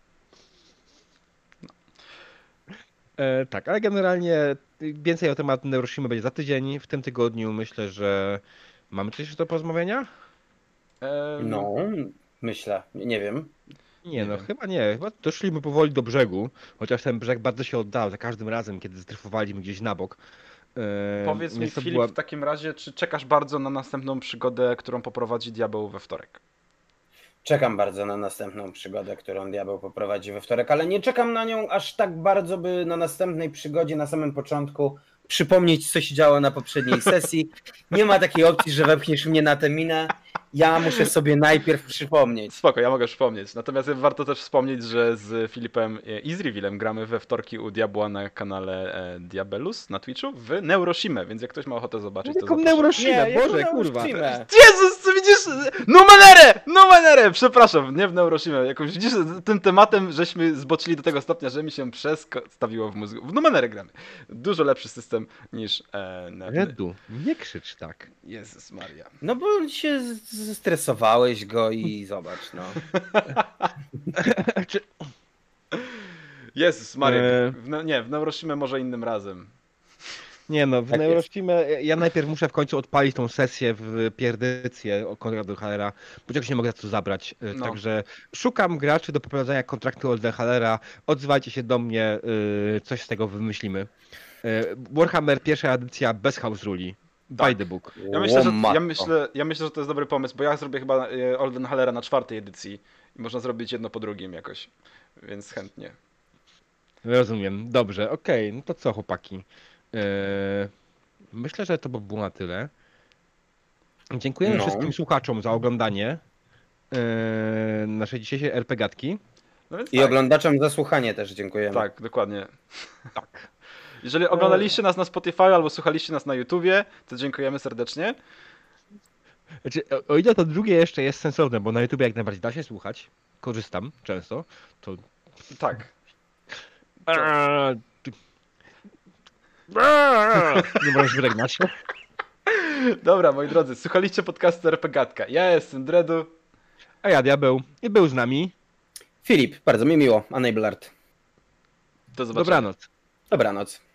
E, tak, ale generalnie więcej o temat Neuroshimy będzie za tydzień. W tym tygodniu myślę, że mamy coś do porozmawiania? E, No, myślę, nie wiem. Nie, Nie no wiem. chyba nie. Chyba doszliśmy powoli do brzegu, chociaż ten brzeg bardzo się oddał za każdym razem, kiedy zdryfowaliśmy gdzieś na bok. E, Powiedz mi, więc to Filip, była- w takim razie, czy czekasz bardzo na następną przygodę, którą poprowadzi Diabeł we wtorek? Czekam bardzo na następną przygodę, którą Diabeł poprowadzi we wtorek, ale nie czekam na nią aż tak bardzo, by na następnej przygodzie na samym początku przypomnieć, co się działo na poprzedniej sesji. Nie ma takiej opcji, że wepchniesz mnie na tę minę. Ja muszę sobie najpierw przypomnieć. Spoko, ja mogę przypomnieć. Natomiast warto też wspomnieć, że z Filipem i z Revealem gramy we wtorki u Diabła na kanale e, Diabelus na Twitchu w Neuroshimę, więc jak ktoś ma ochotę zobaczyć, to Jaką zapraszam. Neuroshimę, jaką Boże, kurwa. Neuroshimę? Jezus, co widzisz? Numenerę! Numenerę! Przepraszam, nie w Neuroshimę. Jakoś widzisz, tym tematem żeśmy zboczyli do tego stopnia, że mi się przestawiło w mózgu. W numenerę gramy. Dużo lepszy system niż e, na... Redu, nie krzycz tak. Jezus Maria. No bo się z- zestresowałeś go i zobacz, no. Czy... Jezus Maria. E. W, ne- nie, w Neuroshimę może innym razem. Nie no, w Tak Neuroshimę ja najpierw muszę w końcu odpalić tą sesję w pierdycję o Konradu Hallera, bo czegoś nie mogę za to zabrać. E, No. Także szukam graczy do poprowadzenia kontraktu od Hallera. Odzywajcie się do mnie, e, coś z tego wymyślimy. E, Warhammer pierwsza edycja bez house ruli. By Tak. the book. Ja myślę, że, O matko. ja, myślę, ja myślę, że to jest dobry pomysł, bo ja zrobię chyba e, Olden Hallera na czwartej edycji i można zrobić jedno po drugim jakoś, więc chętnie. Rozumiem, dobrze, okej, no to co chłopaki? E, myślę, że to by było na tyle. Dziękujemy No. wszystkim słuchaczom za oglądanie e, naszej dzisiejszej er pe gatki. No więc I tak, oglądaczom za słuchanie też dziękujemy. tak, dokładnie. Tak. Jeżeli oglądaliście nas na Spotify albo słuchaliście nas na YouTubie, to dziękujemy serdecznie. Znaczy, o, o ile to drugie jeszcze jest sensowne, bo na YouTube jak najbardziej da się słuchać, korzystam często, to... Tak. Aaaa, ty- Aaaa, nie możesz wyregnać. Dobra, moi drodzy, słuchaliście podcastu er pe Gatka. Ja jestem Dredu. A ja Diabeł i był z nami. Filip, bardzo mi miło. Enable Art. Do zobaczenia. Dobranoc. Dobranoc.